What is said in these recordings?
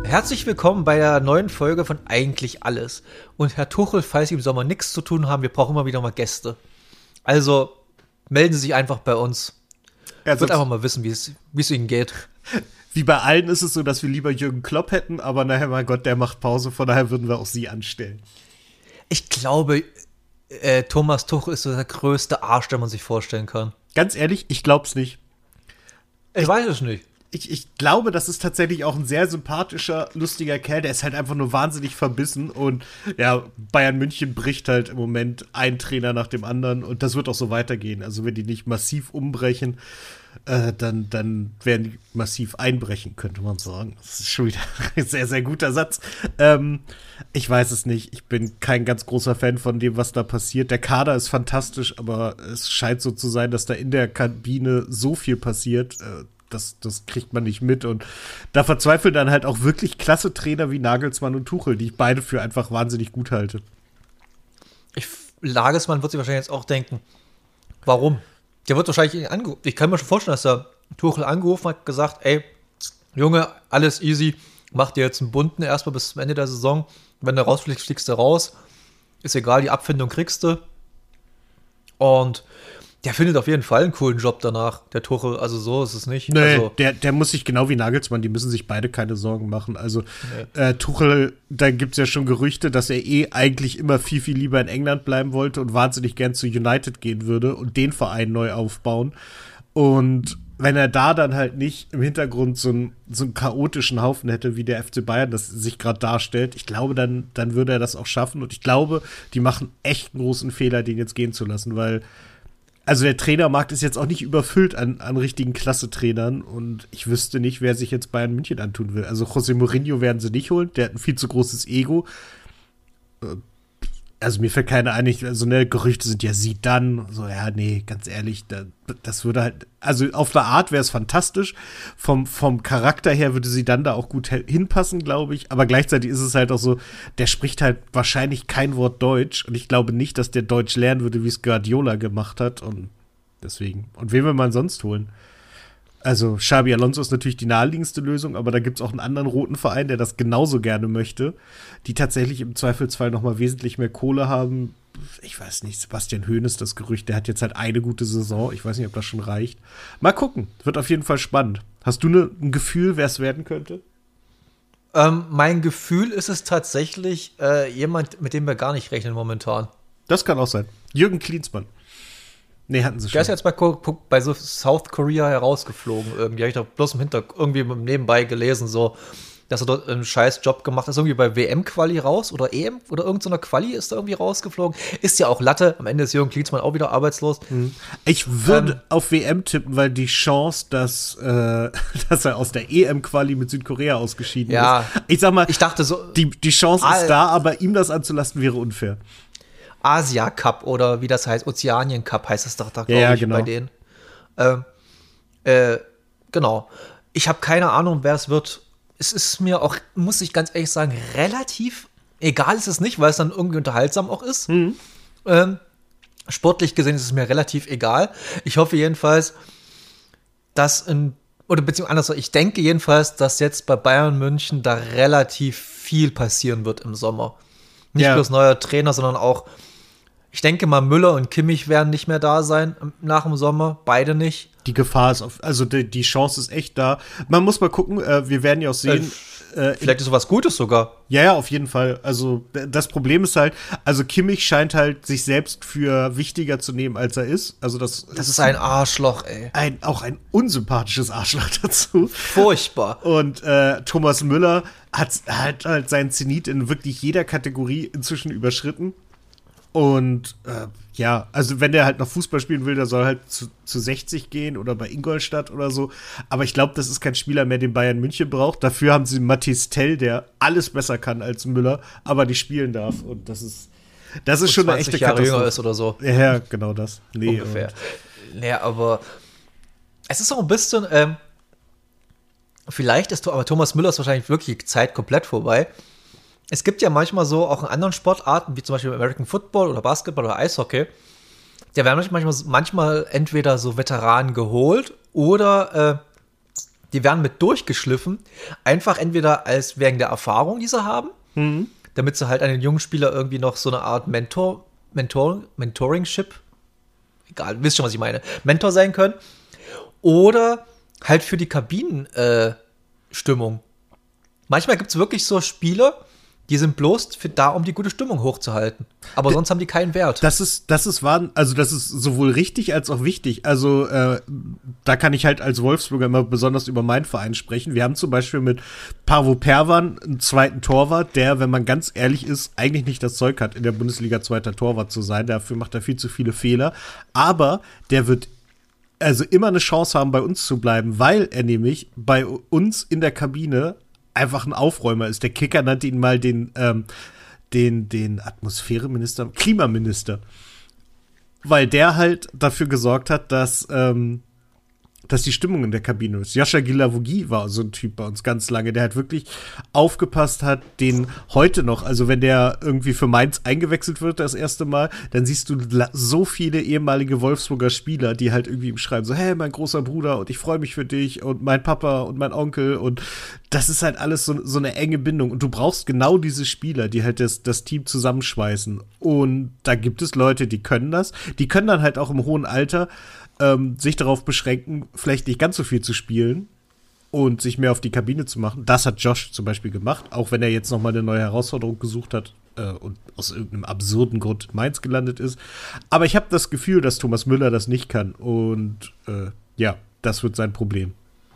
Herzlich willkommen bei der neuen Folge von Eigentlich Alles. Und Herr Tuchel, falls Sie im Sommer nichts zu tun haben, wir brauchen immer wieder mal Gäste. Also melden Sie sich einfach bei uns. Ich würde einfach mal wissen, wie es Ihnen geht. Wie bei allen ist es so, dass wir lieber Jürgen Klopp hätten, aber nachher, mein Gott, der macht Pause, von daher würden wir auch Sie anstellen. Ich glaube, Thomas Tuchel ist so der größte Arsch, den man sich vorstellen kann. Ganz ehrlich, ich glaub's nicht. Ich weiß es nicht. Ich glaube, das ist tatsächlich auch ein sehr sympathischer, lustiger Kerl. Der ist halt einfach nur wahnsinnig verbissen. Und ja, Bayern München bricht halt im Moment ein Trainer nach dem anderen. Und das wird auch so weitergehen. Also wenn die nicht massiv umbrechen, dann werden die massiv einbrechen, könnte man sagen. Das ist schon wieder ein sehr, sehr guter Satz. Ich weiß es nicht. Ich bin kein ganz großer Fan von dem, was da passiert. Der Kader ist fantastisch, aber es scheint so zu sein, dass da in der Kabine so viel passiert, das kriegt man nicht mit. Und da verzweifeln dann halt auch wirklich klasse Trainer wie Nagelsmann und Tuchel, die ich beide für einfach wahnsinnig gut halte. Nagelsmann wird sich wahrscheinlich jetzt auch denken, warum? Der wird wahrscheinlich angerufen. Ich kann mir schon vorstellen, dass der Tuchel angerufen hat, gesagt, ey, Junge, alles easy, mach dir jetzt einen bunten erstmal bis zum Ende der Saison. Wenn du rausfliegst, fliegst du raus. Ist egal, die Abfindung kriegst du. Und der findet auf jeden Fall einen coolen Job danach, der Tuchel. Also so ist es nicht. Nee, also, der muss sich genau wie Nagelsmann, die müssen sich beide keine Sorgen machen. Also Tuchel, da gibt es ja schon Gerüchte, dass er eigentlich immer viel, viel lieber in England bleiben wollte und wahnsinnig gern zu United gehen würde und den Verein neu aufbauen. Und wenn er da dann halt nicht im Hintergrund so einen chaotischen Haufen hätte, wie der FC Bayern das sich gerade darstellt, ich glaube, dann würde er das auch schaffen. Und ich glaube, die machen echt einen großen Fehler, den jetzt gehen zu lassen, weil also der Trainermarkt ist jetzt auch nicht überfüllt an richtigen Klasse-Trainern und ich wüsste nicht, wer sich jetzt Bayern München antun will. Also José Mourinho werden sie nicht holen, der hat ein viel zu großes Ego. Also mir fällt keiner ein, also Gerüchte sind ja Zidane, so ja, nee, ganz ehrlich, das würde halt, also auf der Art wäre es fantastisch, vom Charakter her würde Zidane da auch gut hinpassen, glaube ich, aber gleichzeitig ist es halt auch so, der spricht halt wahrscheinlich kein Wort Deutsch und ich glaube nicht, dass der Deutsch lernen würde, wie es Guardiola gemacht hat und deswegen, und wen will man sonst holen? Also Xabi Alonso ist natürlich die naheliegendste Lösung, aber da gibt es auch einen anderen roten Verein, der das genauso gerne möchte, die tatsächlich im Zweifelsfall noch mal wesentlich mehr Kohle haben. Ich weiß nicht, Sebastian Hoeneß, das Gerücht, der hat jetzt halt eine gute Saison. Ich weiß nicht, ob das schon reicht. Mal gucken, wird auf jeden Fall spannend. Hast du ein Gefühl, wer es werden könnte? Mein Gefühl ist es tatsächlich jemand, mit dem wir gar nicht rechnen momentan. Das kann auch sein. Jürgen Klinsmann. Nee, hatten sie schon. Der ist jetzt bei so South Korea herausgeflogen irgendwie. Habe ich doch bloß im Hintergrund irgendwie nebenbei gelesen, so, dass er dort einen scheiß Job gemacht hat. Ist irgendwie bei WM-Quali raus oder EM oder irgendeiner Quali ist er irgendwie rausgeflogen. Ist ja auch Latte. Am Ende ist Jürgen Klinsmann auch wieder arbeitslos. Ich würde auf WM tippen, weil die Chance, dass er aus der EM-Quali mit Südkorea ausgeschieden ist. Ich sag mal, ich dachte so, die Chance ist da, aber ihm das anzulasten wäre unfair. Asia Cup oder wie das heißt, Ozeanien Cup heißt es doch da, glaube ich, genau. Bei denen. Genau. Ich habe keine Ahnung, wer es wird. Es ist mir auch, muss ich ganz ehrlich sagen, relativ egal ist es nicht, weil es dann irgendwie unterhaltsam auch ist. Sportlich gesehen ist es mir relativ egal. Ich hoffe jedenfalls, beziehungsweise anders, ich denke jedenfalls, dass jetzt bei Bayern München da relativ viel passieren wird im Sommer. Nicht bloß neuer Trainer, sondern auch, ich denke mal, Müller und Kimmich werden nicht mehr da sein nach dem Sommer. Beide nicht. Die Gefahr ist, also die Chance ist echt da. Man muss mal gucken, wir werden ja auch sehen. Vielleicht ist sowas Gutes sogar. Ja, auf jeden Fall. Also das Problem ist halt, also Kimmich scheint halt sich selbst für wichtiger zu nehmen, als er ist. Also das ist ein Arschloch, ey. Auch ein unsympathisches Arschloch dazu. Furchtbar. Und Thomas Müller hat halt seinen Zenit in wirklich jeder Kategorie inzwischen überschritten. Und also wenn der halt noch Fußball spielen will, der soll halt zu 60 gehen oder bei Ingolstadt oder so. Aber ich glaube, das ist kein Spieler mehr, den Bayern München braucht. Dafür haben sie Mathis Tell, der alles besser kann als Müller, aber nicht spielen darf. Und das ist schon eine echte Katastrophe. Jünger ist oder so. Ja, genau das. Nee, ungefähr. Ja, aber es ist auch ein bisschen, vielleicht ist aber Thomas Müller ist wahrscheinlich wirklich die Zeit komplett vorbei. Es gibt ja manchmal so, auch in anderen Sportarten, wie zum Beispiel American Football oder Basketball oder Eishockey, da werden manchmal entweder so Veteranen geholt oder die werden mit durchgeschliffen, einfach entweder als wegen der Erfahrung, die sie haben, damit sie halt einen jungen Spieler irgendwie noch so eine Art Mentoringship, egal, wisst schon, was ich meine, Mentor sein können, oder halt für die Kabinenstimmung. Manchmal gibt es wirklich so Spieler, die sind bloß da, um die gute Stimmung hochzuhalten. Aber sonst haben die keinen Wert. Das ist sowohl richtig als auch wichtig. Also, da kann ich halt als Wolfsburger immer besonders über meinen Verein sprechen. Wir haben zum Beispiel mit Paavo Pervan einen zweiten Torwart, der, wenn man ganz ehrlich ist, eigentlich nicht das Zeug hat, in der Bundesliga zweiter Torwart zu sein. Dafür macht er viel zu viele Fehler. Aber der wird also immer eine Chance haben, bei uns zu bleiben, weil er nämlich bei uns in der Kabine einfach ein Aufräumer ist. Der Kicker nannte ihn mal den Atmosphäreminister, Klimaminister. Weil der halt dafür gesorgt hat, dass die Stimmung in der Kabine ist. Joscha Guilavogui war so ein Typ bei uns ganz lange, der halt wirklich aufgepasst hat, den heute noch, also wenn der irgendwie für Mainz eingewechselt wird das erste Mal, dann siehst du so viele ehemalige Wolfsburger Spieler, die halt irgendwie ihm schreiben, so, hey, mein großer Bruder und ich freue mich für dich und mein Papa und mein Onkel und das ist halt alles so eine enge Bindung und du brauchst genau diese Spieler, die halt das Team zusammenschweißen und da gibt es Leute, die können das, die können dann halt auch im hohen Alter sich darauf beschränken, vielleicht nicht ganz so viel zu spielen und sich mehr auf die Kabine zu machen. Das hat Josh zum Beispiel gemacht, auch wenn er jetzt nochmal eine neue Herausforderung gesucht hat und aus irgendeinem absurden Grund Mainz gelandet ist. Aber ich habe das Gefühl, dass Thomas Müller das nicht kann und ja, das wird sein Problem.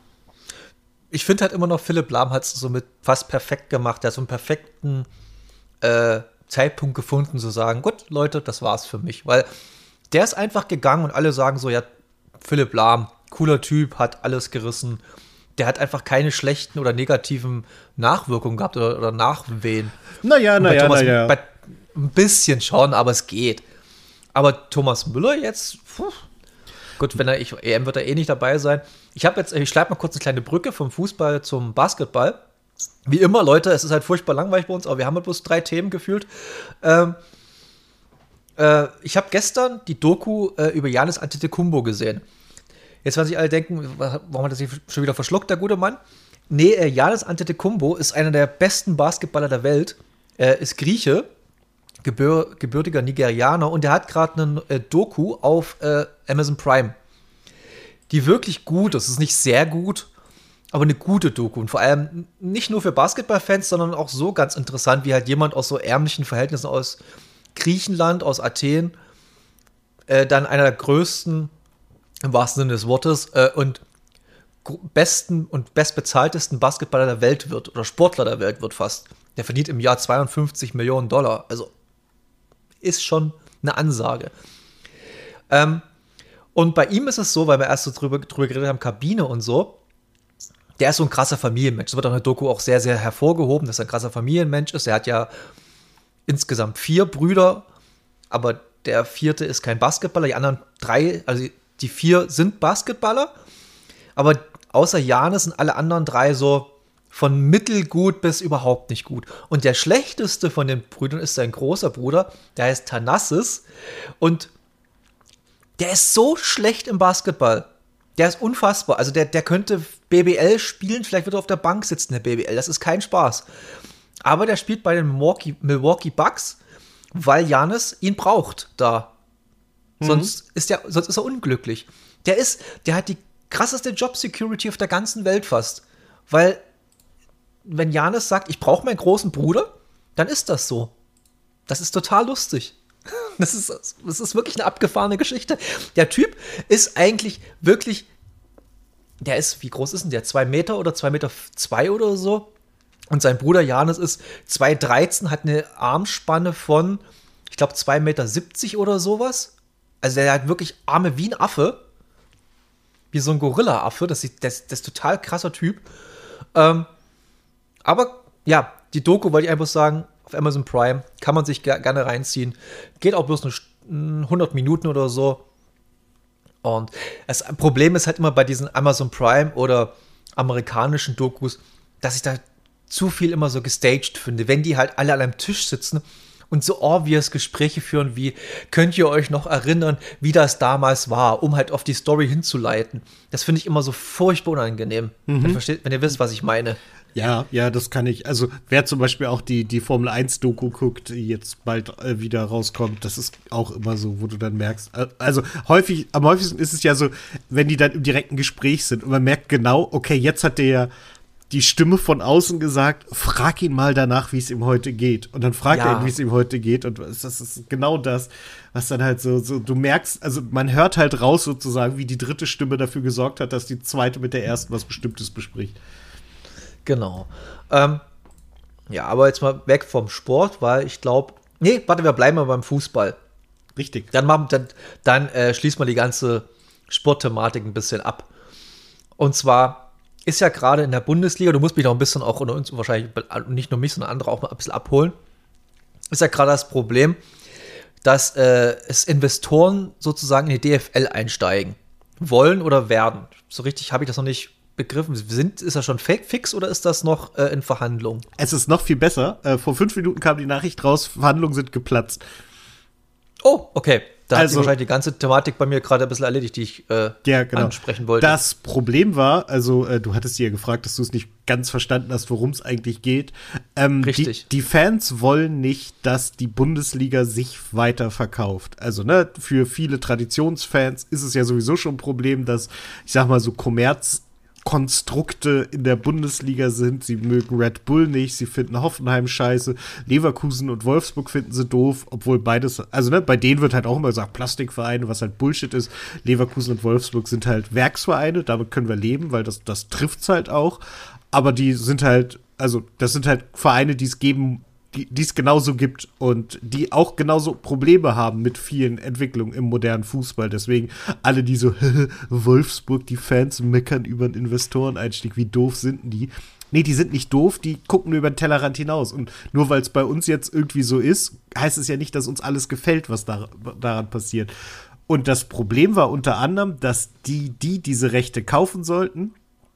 Ich finde halt immer noch, Philipp Lahm hat es so mit fast perfekt gemacht. Er hat so einen perfekten Zeitpunkt gefunden, zu sagen, gut, Leute, das war's für mich. Weil der ist einfach gegangen und alle sagen so, ja, Philipp Lahm, cooler Typ, hat alles gerissen. Der hat einfach keine schlechten oder negativen Nachwirkungen gehabt oder Nachwehen. Naja. Ein bisschen schon, aber es geht. Aber Thomas Müller jetzt, gut, wenn EM wird er eh nicht dabei sein. Ich schreibe mal kurz eine kleine Brücke vom Fußball zum Basketball. Wie immer, Leute, es ist halt furchtbar langweilig bei uns, aber wir haben halt bloß 3 Themen gefühlt. Ich habe gestern die Doku über Giannis Antetokounmpo gesehen. Jetzt werden sich alle denken, warum hat er sich schon wieder verschluckt, der gute Mann? Nee, Giannis Antetokounmpo ist einer der besten Basketballer der Welt. Er ist Grieche, gebürtiger Nigerianer und der hat gerade eine Doku auf Amazon Prime, die wirklich gut ist. Es ist nicht sehr gut, aber eine gute Doku. Und vor allem nicht nur für Basketballfans, sondern auch so ganz interessant, wie halt jemand aus so ärmlichen Verhältnissen aus Griechenland, aus Athen, dann einer der größten, im wahrsten Sinne des Wortes, und besten und bestbezahltesten Basketballer der Welt wird, oder Sportler der Welt wird fast. Der verdient im Jahr $52 Millionen. Also ist schon eine Ansage. Und bei ihm ist es so, weil wir erst so drüber geredet haben, Kabine und so, der ist so ein krasser Familienmensch. Das wird auch in der Doku auch sehr, sehr hervorgehoben, dass er ein krasser Familienmensch ist. Er hat ja insgesamt 4 Brüder, aber der 4. ist kein Basketballer. Die anderen 3, also die 4 sind Basketballer, aber außer Giannis sind alle anderen 3 so von mittelgut bis überhaupt nicht gut. Und der schlechteste von den Brüdern ist sein großer Bruder, der heißt Thanasis und der ist so schlecht im Basketball. Der ist unfassbar. Also der könnte BBL spielen, vielleicht wird er auf der Bank sitzen, der BBL. Das ist kein Spaß. Aber der spielt bei den Milwaukee Bucks, weil Giannis ihn braucht da. Sonst ist er unglücklich. Der hat die krasseste Job-Security auf der ganzen Welt fast. Weil, wenn Giannis sagt, ich brauche meinen großen Bruder, dann ist das so. Das ist total lustig. Das ist wirklich eine abgefahrene Geschichte. Der Typ ist eigentlich wirklich, wie groß ist denn der? 2 Meter oder 2,2 Meter oder so? Und sein Bruder Giannis ist 2,13, hat eine Armspanne von, ich glaube, 2,70 Meter oder sowas. Also der hat wirklich Arme wie ein Affe. Wie so ein Gorilla-Affe. Das ist total krasser Typ. Aber ja, die Doku wollte ich einfach sagen, auf Amazon Prime kann man sich gerne reinziehen. Geht auch bloß 100 Minuten oder so. Und das Problem ist halt immer bei diesen Amazon Prime oder amerikanischen Dokus, dass ich da zu viel immer so gestaged finde. Wenn die halt alle an einem Tisch sitzen und so obvious Gespräche führen wie, könnt ihr euch noch erinnern, wie das damals war, um halt auf die Story hinzuleiten. Das finde ich immer so furchtbar unangenehm. Wenn ihr wisst, was ich meine. Ja, das kann ich. Also, wer zum Beispiel auch die Formel 1-Doku guckt, die jetzt bald wieder rauskommt, das ist auch immer so, wo du dann merkst. Also, am häufigsten ist es ja so, wenn die dann im direkten Gespräch sind und man merkt genau, okay, jetzt hat der ja die Stimme von außen gesagt, frag ihn mal danach, wie es ihm heute geht. Und dann fragt er ihn, wie es ihm heute geht. Und das ist genau das, was dann halt so, du merkst, also man hört halt raus sozusagen, wie die dritte Stimme dafür gesorgt hat, dass die zweite mit der ersten was Bestimmtes bespricht. Genau. Ja, aber jetzt mal weg vom Sport, weil ich glaube, wir bleiben mal beim Fußball. Richtig. Dann schließt man die ganze Sportthematik ein bisschen ab. Und zwar ist ja gerade in der Bundesliga, du musst mich auch ein bisschen auch unter uns wahrscheinlich, nicht nur mich, sondern andere auch mal ein bisschen abholen, ist ja gerade das Problem, dass es Investoren sozusagen in die DFL einsteigen wollen oder werden. So richtig habe ich das noch nicht begriffen. Ist das schon fix oder ist das noch in Verhandlungen? Es ist noch viel besser. Vor 5 Minuten kam die Nachricht raus, Verhandlungen sind geplatzt. Oh, okay. Da hat sich wahrscheinlich die ganze Thematik bei mir gerade ein bisschen erledigt, die ich ansprechen wollte. Das Problem war, also du hattest ja gefragt, dass du es nicht ganz verstanden hast, worum es eigentlich geht. Richtig. Die Fans wollen nicht, dass die Bundesliga sich weiter verkauft. Also für viele Traditionsfans ist es ja sowieso schon ein Problem, dass, ich sag mal so, Kommerzkonstrukte in der Bundesliga sind. Sie mögen Red Bull nicht, sie finden Hoffenheim scheiße, Leverkusen und Wolfsburg finden sie doof, obwohl beides, also bei denen wird halt auch immer gesagt Plastikvereine, was halt Bullshit ist. Leverkusen und Wolfsburg sind halt Werksvereine, damit können wir leben, weil das trifft's halt auch. Aber die sind halt, also das sind halt Vereine, die es geben, die es genauso gibt und die auch genauso Probleme haben mit vielen Entwicklungen im modernen Fußball. Deswegen alle, die so, Wolfsburg, die Fans meckern über einen Investoreneinstieg, wie doof sind die? Nee, die sind nicht doof, die gucken nur über den Tellerrand hinaus. Und nur weil es bei uns jetzt irgendwie so ist, heißt es ja nicht, dass uns alles gefällt, was daran passiert. Und das Problem war unter anderem, dass die diese Rechte kaufen sollten,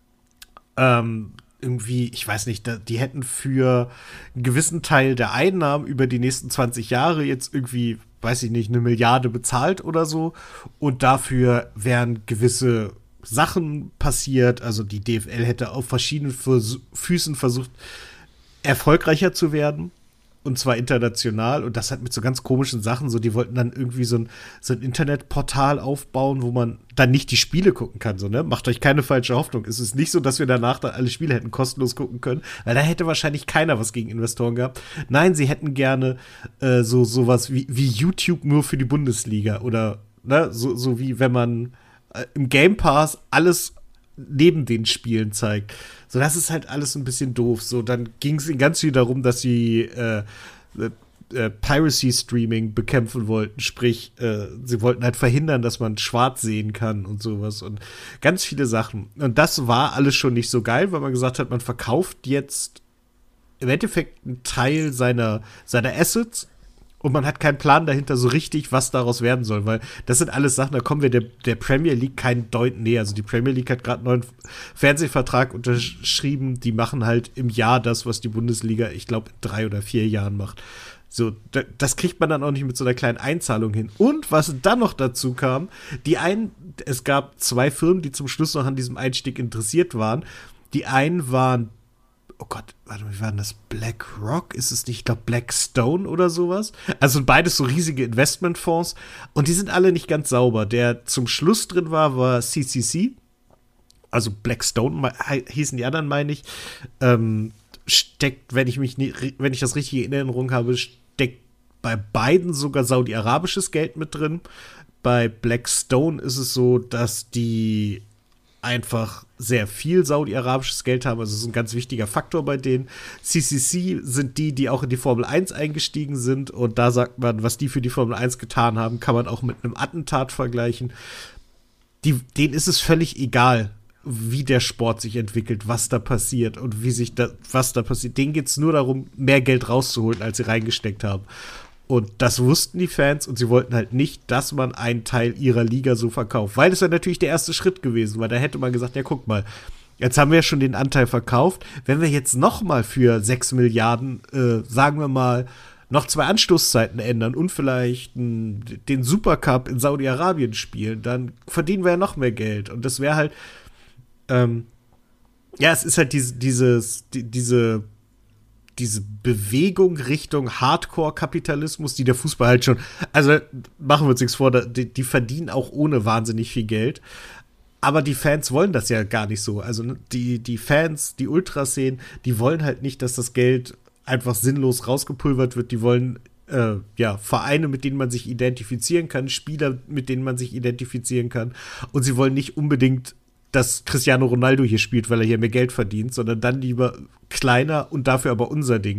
irgendwie, ich weiß nicht, die hätten für einen gewissen Teil der Einnahmen über die nächsten 20 Jahre jetzt irgendwie, weiß ich nicht, 1 Milliarde bezahlt oder so. Und dafür wären gewisse Sachen passiert. Also die DFL hätte auf verschiedenen Füßen versucht, erfolgreicher zu werden. Und zwar international. Und das hat mit so ganz komischen Sachen, so die wollten dann irgendwie so ein Internetportal aufbauen, wo man dann nicht die Spiele gucken kann. So, ne? Macht euch keine falsche Hoffnung. Es ist nicht so, dass wir danach dann alle Spiele hätten kostenlos gucken können, weil da hätte wahrscheinlich keiner was gegen Investoren gehabt. Nein, sie hätten gerne sowas wie YouTube nur für die Bundesliga. Oder so wie wenn man im Game Pass alles neben den Spielen zeigt. So, das ist halt alles ein bisschen doof. So, dann ging es ihnen ganz viel darum, dass sie Piracy-Streaming bekämpfen wollten. Sprich, sie wollten halt verhindern, dass man schwarz sehen kann und sowas. Und ganz viele Sachen. Und das war alles schon nicht so geil, weil man gesagt hat, man verkauft jetzt im Endeffekt einen Teil seiner Assets. Und man hat keinen Plan dahinter so richtig, was daraus werden soll, weil das sind alles Sachen, da kommen wir der Premier League kein Deut näher. Also die Premier League hat gerade einen neuen Fernsehvertrag unterschrieben, die machen halt im Jahr das, was die Bundesliga, ich glaube, in 3 oder 4 Jahren macht. So, das kriegt man dann auch nicht mit so einer kleinen Einzahlung hin. Und was dann noch dazu kam, es gab 2 Firmen, die zum Schluss noch an diesem Einstieg interessiert waren. Die einen waren, oh Gott, warte mal, wie war denn das? BlackRock? Ist es nicht, ich glaube, Blackstone oder sowas? Also beides so riesige Investmentfonds. Und die sind alle nicht ganz sauber. Der zum Schluss drin war CCC. Also Blackstone hießen die anderen, meine ich. Steckt, wenn ich das richtig in Erinnerung habe, steckt bei beiden sogar saudi-arabisches Geld mit drin. Bei Blackstone ist es so, dass die einfach sehr viel saudi-arabisches Geld haben, also das ist ein ganz wichtiger Faktor bei denen. CCC sind die auch in die Formel 1 eingestiegen sind und da sagt man, was die für die Formel 1 getan haben, kann man auch mit einem Attentat vergleichen. Denen ist es völlig egal, wie der Sport sich entwickelt, was da passiert und was da passiert. Denen geht es nur darum, mehr Geld rauszuholen, als sie reingesteckt haben. Und das wussten die Fans und sie wollten halt nicht, dass man einen Teil ihrer Liga so verkauft. Weil das wäre natürlich der erste Schritt gewesen, weil da hätte man gesagt, ja guck mal, jetzt haben wir ja schon den Anteil verkauft. Wenn wir jetzt noch mal für 6 Milliarden, sagen wir mal, noch 2 Anstoßzeiten ändern und vielleicht den Supercup in Saudi-Arabien spielen, dann verdienen wir ja noch mehr Geld. Und das wäre halt, es ist halt diese Bewegung Richtung Hardcore-Kapitalismus, die der Fußball halt schon, also machen wir uns nichts vor, die verdienen auch ohne wahnsinnig viel Geld. Aber die Fans wollen das ja gar nicht so. Also die Fans, die Ultraszenen, die wollen halt nicht, dass das Geld einfach sinnlos rausgepulvert wird. Die wollen Vereine, mit denen man sich identifizieren kann, Spieler, mit denen man sich identifizieren kann. Und sie wollen nicht unbedingt, dass Cristiano Ronaldo hier spielt, weil er hier mehr Geld verdient, sondern dann lieber kleiner und dafür aber unser Ding.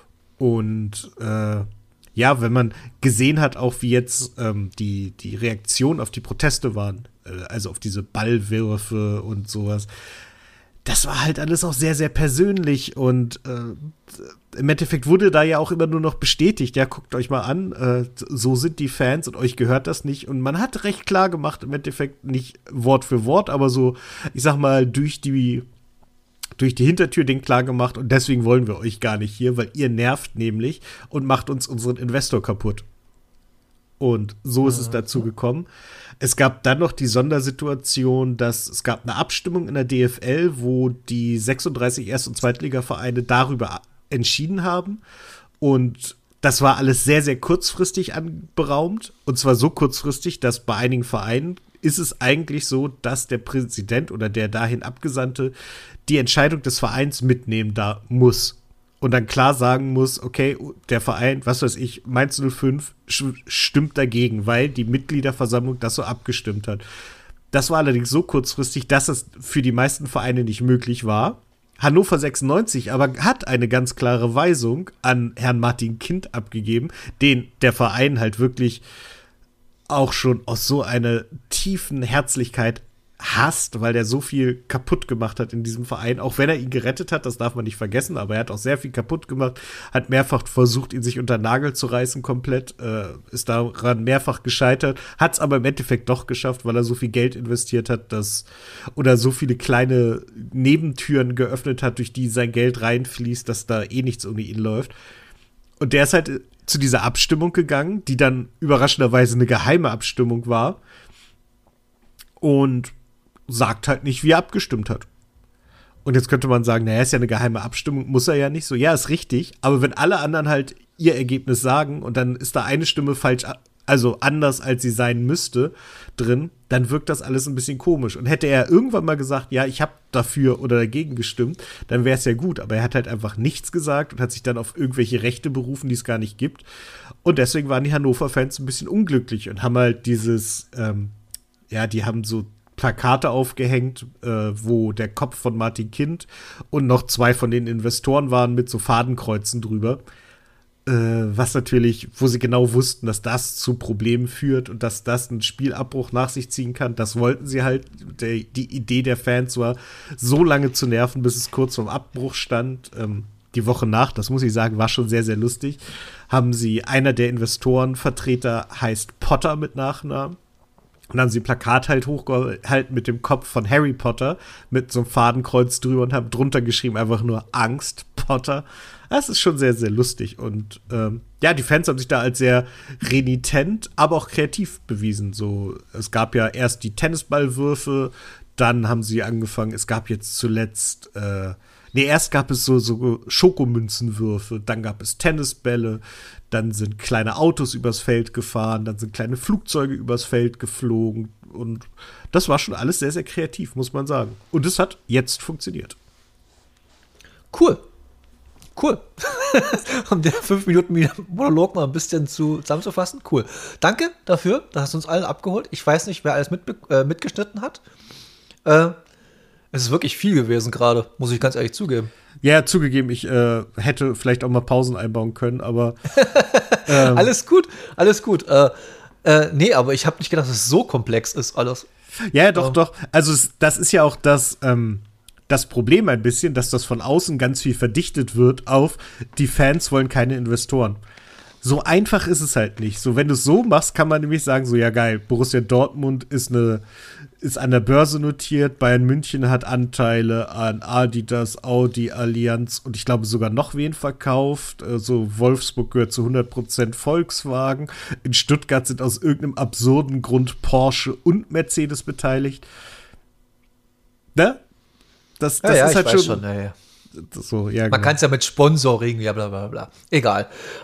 Und wenn man gesehen hat, auch wie jetzt die Reaktion auf die Proteste waren, also auf diese Ballwürfe und sowas, das war halt alles auch sehr, sehr persönlich und im Endeffekt wurde da ja auch immer nur noch bestätigt, ja, guckt euch mal an, so sind die Fans und euch gehört das nicht. Und man hat recht klar gemacht, im Endeffekt nicht Wort für Wort, aber so, ich sag mal, durch die Hintertür den klar gemacht und deswegen wollen wir euch gar nicht hier, weil ihr nervt nämlich und macht uns unseren Investor kaputt. Und so ist es dazu gekommen. Es gab dann noch die Sondersituation, dass es gab eine Abstimmung in der DFL, wo die 36 Erst- und Zweitligavereine darüber entschieden haben. Und das war alles sehr, sehr kurzfristig anberaumt. Und zwar so kurzfristig, dass bei einigen Vereinen ist es eigentlich so, dass der Präsident oder der dahin Abgesandte die Entscheidung des Vereins mitnehmen da muss. Und dann klar sagen muss, okay, der Verein, was weiß ich, Mainz 05 stimmt dagegen, weil die Mitgliederversammlung das so abgestimmt hat. Das war allerdings so kurzfristig, dass es für die meisten Vereine nicht möglich war. Hannover 96 aber hat eine ganz klare Weisung an Herrn Martin Kind abgegeben, den der Verein halt wirklich auch schon aus so einer tiefen Herzlichkeit hasst, weil der so viel kaputt gemacht hat in diesem Verein, auch wenn er ihn gerettet hat, das darf man nicht vergessen, aber er hat auch sehr viel kaputt gemacht, hat mehrfach versucht, ihn sich unter den Nagel zu reißen komplett, ist daran mehrfach gescheitert, hat es aber im Endeffekt doch geschafft, weil er so viel Geld investiert hat, oder so viele kleine Nebentüren geöffnet hat, durch die sein Geld reinfließt, dass da eh nichts ohne ihn läuft. Und der ist halt zu dieser Abstimmung gegangen, die dann überraschenderweise eine geheime Abstimmung war und sagt halt nicht, wie er abgestimmt hat. Und jetzt könnte man sagen, naja, ist ja eine geheime Abstimmung, muss er ja nicht so. Ja, ist richtig, aber wenn alle anderen halt ihr Ergebnis sagen und dann ist da eine Stimme falsch, also anders, als sie sein müsste, drin, dann wirkt das alles ein bisschen komisch. Und hätte er irgendwann mal gesagt, ja, ich habe dafür oder dagegen gestimmt, dann wäre es ja gut. Aber er hat halt einfach nichts gesagt und hat sich dann auf irgendwelche Rechte berufen, die es gar nicht gibt. Und deswegen waren die Hannover-Fans ein bisschen unglücklich und haben halt dieses, die haben so Plakate aufgehängt, wo der Kopf von Martin Kind und noch 2 von den Investoren waren mit so Fadenkreuzen drüber. Was natürlich, wo sie genau wussten, dass das zu Problemen führt und dass das einen Spielabbruch nach sich ziehen kann. Das wollten sie halt. Die Idee der Fans war, so lange zu nerven, bis es kurz vorm Abbruch stand. Die Woche nach, das muss ich sagen, war schon sehr, sehr lustig, haben sie, einer der Investorenvertreter heißt Potter mit Nachnamen. Und dann haben sie ein Plakat halt hochgehalten mit dem Kopf von Harry Potter, mit so einem Fadenkreuz drüber und haben drunter geschrieben, einfach nur Angst, Potter. Das ist schon sehr, sehr lustig. Und die Fans haben sich da als sehr renitent, aber auch kreativ bewiesen. So, es gab ja erst die Tennisballwürfe, dann haben sie angefangen, es gab jetzt zuletzt erst gab es so Schokomünzenwürfe, dann gab es Tennisbälle, dann sind kleine Autos übers Feld gefahren, dann sind kleine Flugzeuge übers Feld geflogen und das war schon alles sehr, sehr kreativ, muss man sagen. Und es hat jetzt funktioniert. Cool. Um der 5 Minuten Monolog mal ein bisschen zusammenzufassen. Cool. Danke dafür, da hast du uns allen abgeholt. Ich weiß nicht, wer alles mitgeschnitten hat. Es ist wirklich viel gewesen gerade, muss ich ganz ehrlich zugeben. Ja, zugegeben, ich hätte vielleicht auch mal Pausen einbauen können, aber Alles gut. Nee, aber ich habe nicht gedacht, dass es so komplex ist alles. Ja, doch. Also das ist ja auch das Problem ein bisschen, dass das von außen ganz viel verdichtet wird auf, die Fans wollen keine Investoren. so einfach ist es halt nicht. So, wenn du es so machst, kann man nämlich sagen, so, ja geil, Borussia Dortmund ist an der Börse notiert, Bayern München hat Anteile an Adidas, Audi, Allianz und ich glaube sogar noch wen verkauft. So Wolfsburg gehört zu 100% Volkswagen. In Stuttgart sind aus irgendeinem absurden Grund Porsche und Mercedes beteiligt. Ne? Das ist halt schon. Ja. So, ja, Man genau. kann es ja mit Sponsoring, ja, bla bla bla. Egal.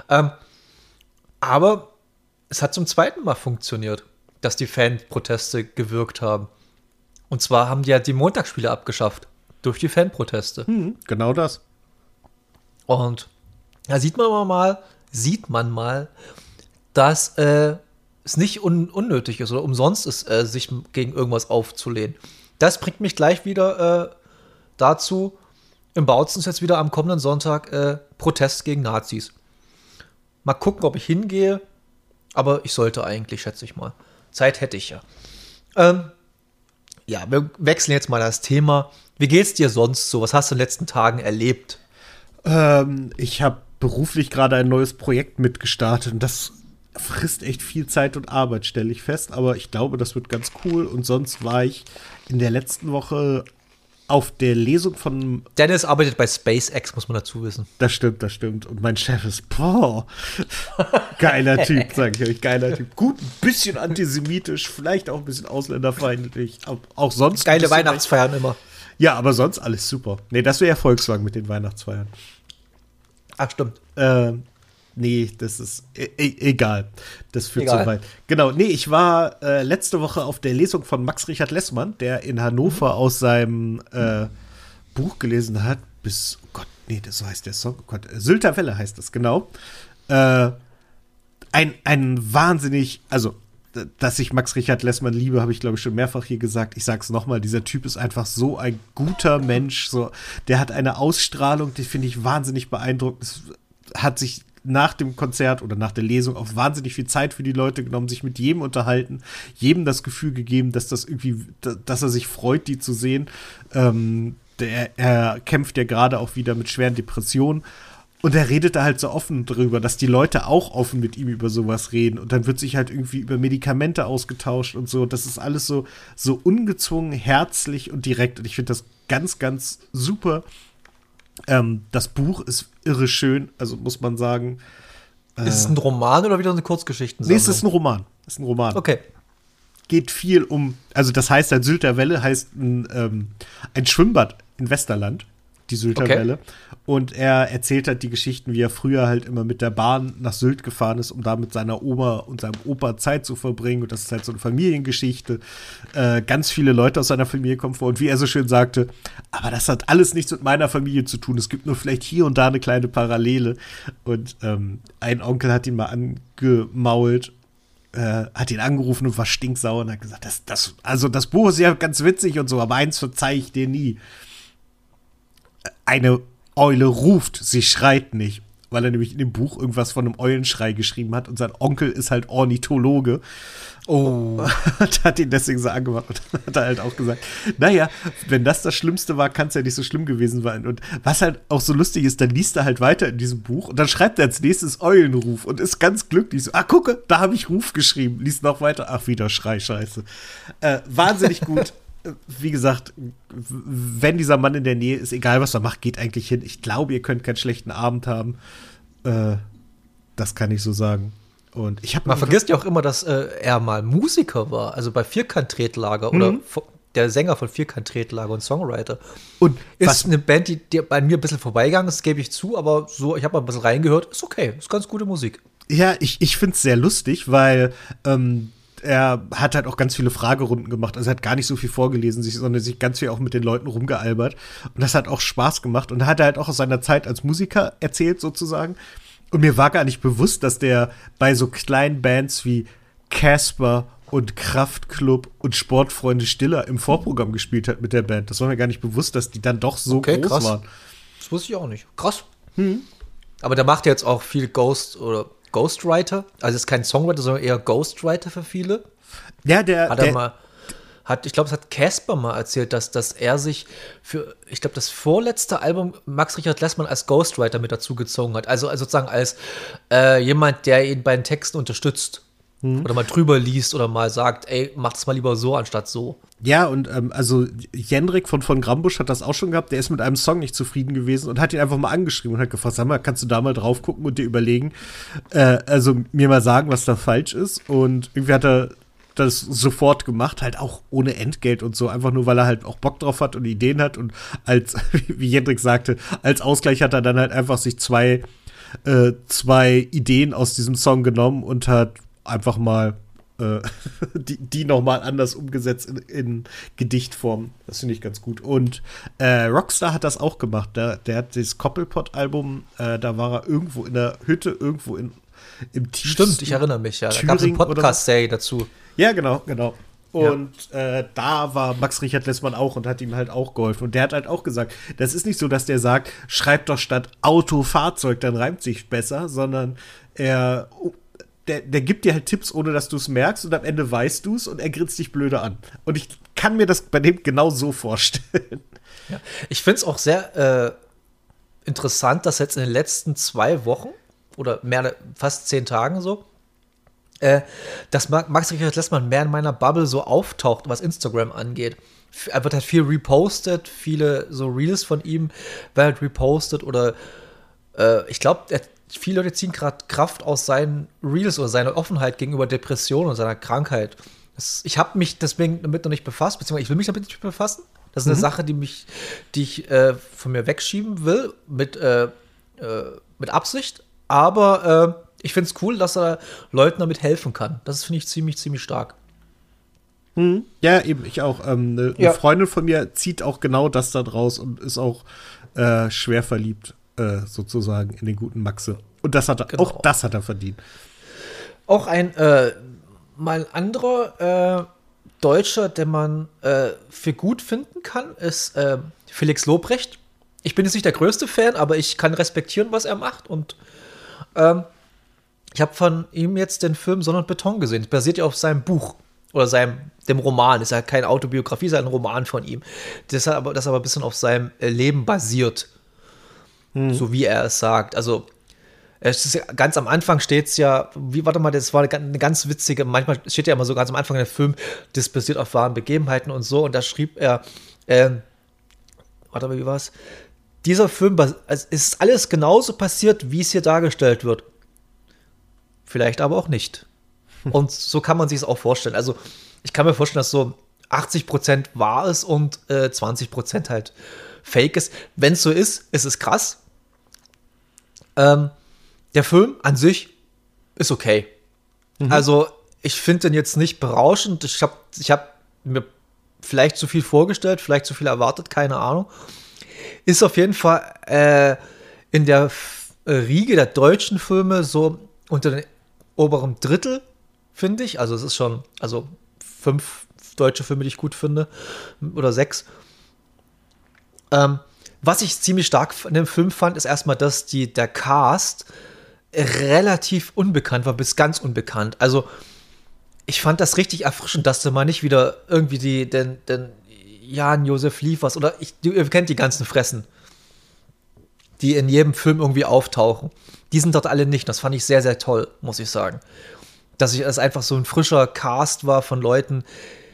Aber es hat zum zweiten Mal funktioniert, dass die Fanproteste gewirkt haben. Und zwar haben die ja die Montagsspiele abgeschafft. Durch die Fanproteste. Genau das. Und da sieht man mal, dass es nicht unnötig ist oder umsonst ist, sich gegen irgendwas aufzulehnen. Das bringt mich gleich wieder dazu, im Bautzen ist jetzt wieder am kommenden Sonntag Protest gegen Nazis. Mal gucken, ob ich hingehe, aber ich sollte eigentlich, schätze ich mal. Zeit hätte ich ja. Ja, wir wechseln jetzt mal das Thema. Wie geht's dir sonst so? Was hast du in den letzten Tagen erlebt? Ich habe beruflich gerade ein neues Projekt mitgestartet und das frisst echt viel Zeit und Arbeit, stelle ich fest. Aber ich glaube, das wird ganz cool. Und sonst war ich in der letzten Woche auf der Lesung von Dennis arbeitet bei SpaceX, muss man dazu wissen. Das stimmt. Und mein Chef ist, geiler Typ, sag ich euch, geiler Typ. Gut, ein bisschen antisemitisch, vielleicht auch ein bisschen ausländerfeindlich, auch sonst. Geile Weihnachtsfeiern immer. Ja, aber sonst alles super. Nee, das wäre ja Volkswagen mit den Weihnachtsfeiern. Ach, stimmt. Nee, das ist egal. Das führt so weit. Genau, nee, ich war letzte Woche auf der Lesung von Max Richard Lessmann, der in Hannover aus seinem Buch gelesen hat, oh Gott, nee, so heißt der Song, oh Gott, Sylter Welle heißt das, genau. Ein wahnsinnig, also, dass ich Max Richard Lessmann liebe, habe ich, glaube ich, schon mehrfach hier gesagt. Ich sag's nochmal, dieser Typ ist einfach so ein guter Mensch, so, der hat eine Ausstrahlung, die finde ich wahnsinnig beeindruckend. Es hat sich nach dem Konzert oder nach der Lesung auch wahnsinnig viel Zeit für die Leute genommen, sich mit jedem unterhalten, jedem das Gefühl gegeben, dass er sich freut, die zu sehen. Er kämpft ja gerade auch wieder mit schweren Depressionen. Und er redet da halt so offen drüber, dass die Leute auch offen mit ihm über sowas reden. Und dann wird sich halt irgendwie über Medikamente ausgetauscht und so. Das ist alles so ungezwungen, herzlich und direkt. Und ich finde das ganz, ganz super. Das Buch ist irre schön, also muss man sagen. Ist es ein Roman oder wieder eine Kurzgeschichtensammlung? Nee, es ist ein Roman. Okay. Geht viel also das heißt halt, Sylter Welle heißt ein Schwimmbad in Westerland, die Sylter Welle. Und er erzählt halt die Geschichten, wie er früher halt immer mit der Bahn nach Sylt gefahren ist, um da mit seiner Oma und seinem Opa Zeit zu verbringen. Und das ist halt so eine Familiengeschichte. Ganz viele Leute aus seiner Familie kommen vor. Und wie er so schön sagte, aber das hat alles nichts mit meiner Familie zu tun. Es gibt nur vielleicht hier und da eine kleine Parallele. Und ein Onkel hat ihn mal angemault, hat ihn angerufen und war stinksauer und hat gesagt, das Buch ist ja ganz witzig und so, aber eins verzeih ich dir nie. Eine Eule ruft, sie schreit nicht, weil er nämlich in dem Buch irgendwas von einem Eulenschrei geschrieben hat und sein Onkel ist halt Ornithologe. Und hat ihn deswegen so angemacht und hat er halt auch gesagt, naja, wenn das Schlimmste war, kann es ja nicht so schlimm gewesen sein. Und was halt auch so lustig ist, dann liest er halt weiter in diesem Buch und dann schreibt er als nächstes Eulenruf und ist ganz glücklich. So, gucke, da habe ich Ruf geschrieben. Liest noch weiter, wieder Schrei, scheiße. Wahnsinnig gut. Wie gesagt, wenn dieser Mann in der Nähe ist, egal was er macht, geht eigentlich hin. Ich glaube, ihr könnt keinen schlechten Abend haben. Das kann ich so sagen. Und Man vergisst ja auch immer, dass er mal Musiker war, also bei Vierkant-Tretlager oder der Sänger von Vierkant-Tretlager und Songwriter. Und ist eine Band, die bei mir ein bisschen vorbeigegangen ist, gebe ich zu, aber so, ich habe mal ein bisschen reingehört, ist okay, ist ganz gute Musik. Ja, ich finde es sehr lustig, weil er hat halt auch ganz viele Fragerunden gemacht. Also er hat gar nicht so viel vorgelesen, sondern sich ganz viel auch mit den Leuten rumgealbert. Und das hat auch Spaß gemacht. Und er hat halt auch aus seiner Zeit als Musiker erzählt, sozusagen. Und mir war gar nicht bewusst, dass der bei so kleinen Bands wie Casper und Kraftklub und Sportfreunde Stiller im Vorprogramm gespielt hat mit der Band. Das war mir gar nicht bewusst, dass die dann doch so groß krass. waren. Das wusste ich auch nicht. Krass. Aber der macht jetzt auch viel Ghostwriter. Also ist kein Songwriter, sondern eher Ghostwriter für viele. Ja, Hat er mal ich glaube, es hat Casper mal erzählt, dass er sich für, ich glaube, das vorletzte Album Max Richard Lessmann als Ghostwriter mit dazugezogen hat. Also sozusagen als jemand, der ihn bei den Texten unterstützt. Oder mal drüber liest oder mal sagt, ey, mach das mal lieber so anstatt so. Ja, und also Jendrik von Grambusch hat das auch schon gehabt. Der ist mit einem Song nicht zufrieden gewesen und hat ihn einfach mal angeschrieben und hat gefragt, sag mal, kannst du da mal drauf gucken und dir überlegen, also mir mal sagen, was da falsch ist. Und irgendwie hat er das sofort gemacht, halt auch ohne Entgelt und so, einfach nur, weil er halt auch Bock drauf hat und Ideen hat. Und als, wie Jendrik sagte, als Ausgleich hat er dann halt einfach sich zwei Ideen aus diesem Song genommen und hat einfach mal die nochmal anders umgesetzt in Gedichtform. Das finde ich ganz gut. Und Rockstar hat das auch gemacht. Der hat das Koppelpott-Album, da war er irgendwo in der Hütte, irgendwo im tiefsten Stimmt, ich erinnere mich, ja. Da gab es einen Podcast-Serie dazu. Ja, genau. Und da war Max Richard Lessmann auch und hat ihm halt auch geholfen. Und der hat halt auch gesagt, das ist nicht so, dass der sagt, schreib doch statt Auto Fahrzeug, dann reimt sich besser, sondern der gibt dir halt Tipps, ohne dass du es merkst, und am Ende weißt du es und er grinst dich blöde an. Und ich kann mir das bei dem genau so vorstellen. Ja. Ich finde es auch sehr interessant, dass jetzt in den letzten 2 Wochen oder fast 10 Tagen so, dass Max Richard Lessmann mehr in meiner Bubble so auftaucht, was Instagram angeht. Er wird halt viel repostet, viele so Reels von ihm werden halt repostet oder ich glaube, viele Leute ziehen gerade Kraft aus seinen Reels oder seiner Offenheit gegenüber Depressionen und seiner Krankheit. Ich habe mich deswegen damit noch nicht befasst, beziehungsweise ich will mich damit nicht befassen. Das ist eine Sache, die ich von mir wegschieben will, mit Absicht. Aber ich finde es cool, dass er Leuten damit helfen kann. Das finde ich ziemlich, ziemlich stark. Ja, eben, ich auch. Eine Freundin von mir zieht auch genau das da draus und ist auch schwer verliebt. Sozusagen in den guten Maxe. Und das hat er, auch das hat er verdient. Auch mal ein anderer Deutscher, den man für gut finden kann, ist Felix Lobrecht. Ich bin jetzt nicht der größte Fan, aber ich kann respektieren, was er macht. Und ich habe von ihm jetzt den Film Sonne und Beton gesehen. Das basiert ja auf seinem Buch oder dem Roman. Ist ja keine Autobiografie, ist ja ein Roman von ihm. Das aber ein bisschen auf seinem Leben basiert. So wie er es sagt. Also, ganz am Anfang steht es ja, das war eine ganz witzige, manchmal steht ja immer so ganz am Anfang in der Film, das basiert auf wahren Begebenheiten und so. Und da schrieb er, wie war's? Dieser Film, es ist alles genauso passiert, wie es hier dargestellt wird. Vielleicht aber auch nicht. Und so kann man sich es auch vorstellen. Also, ich kann mir vorstellen, dass so 80% wahr ist und 20% halt fake ist. Wenn es so ist es krass. Der Film an sich ist okay. Also, ich finde den jetzt nicht berauschend. Ich hab mir vielleicht zu viel vorgestellt, vielleicht zu viel erwartet, keine Ahnung. Ist auf jeden Fall in der Riege der deutschen Filme so unter den oberen Drittel, finde ich. Also, es ist schon, 5 deutsche Filme, die ich gut finde. Oder 6. Was ich ziemlich stark in dem Film fand, ist erstmal, dass der Cast relativ unbekannt war, bis ganz unbekannt. Also, ich fand das richtig erfrischend, dass du mal nicht wieder irgendwie den Jan-Josef Liefers oder ihr kennt die ganzen Fressen, die in jedem Film irgendwie auftauchen. Die sind dort alle nicht. Das fand ich sehr, sehr toll, muss ich sagen. Dass es einfach so ein frischer Cast war von Leuten,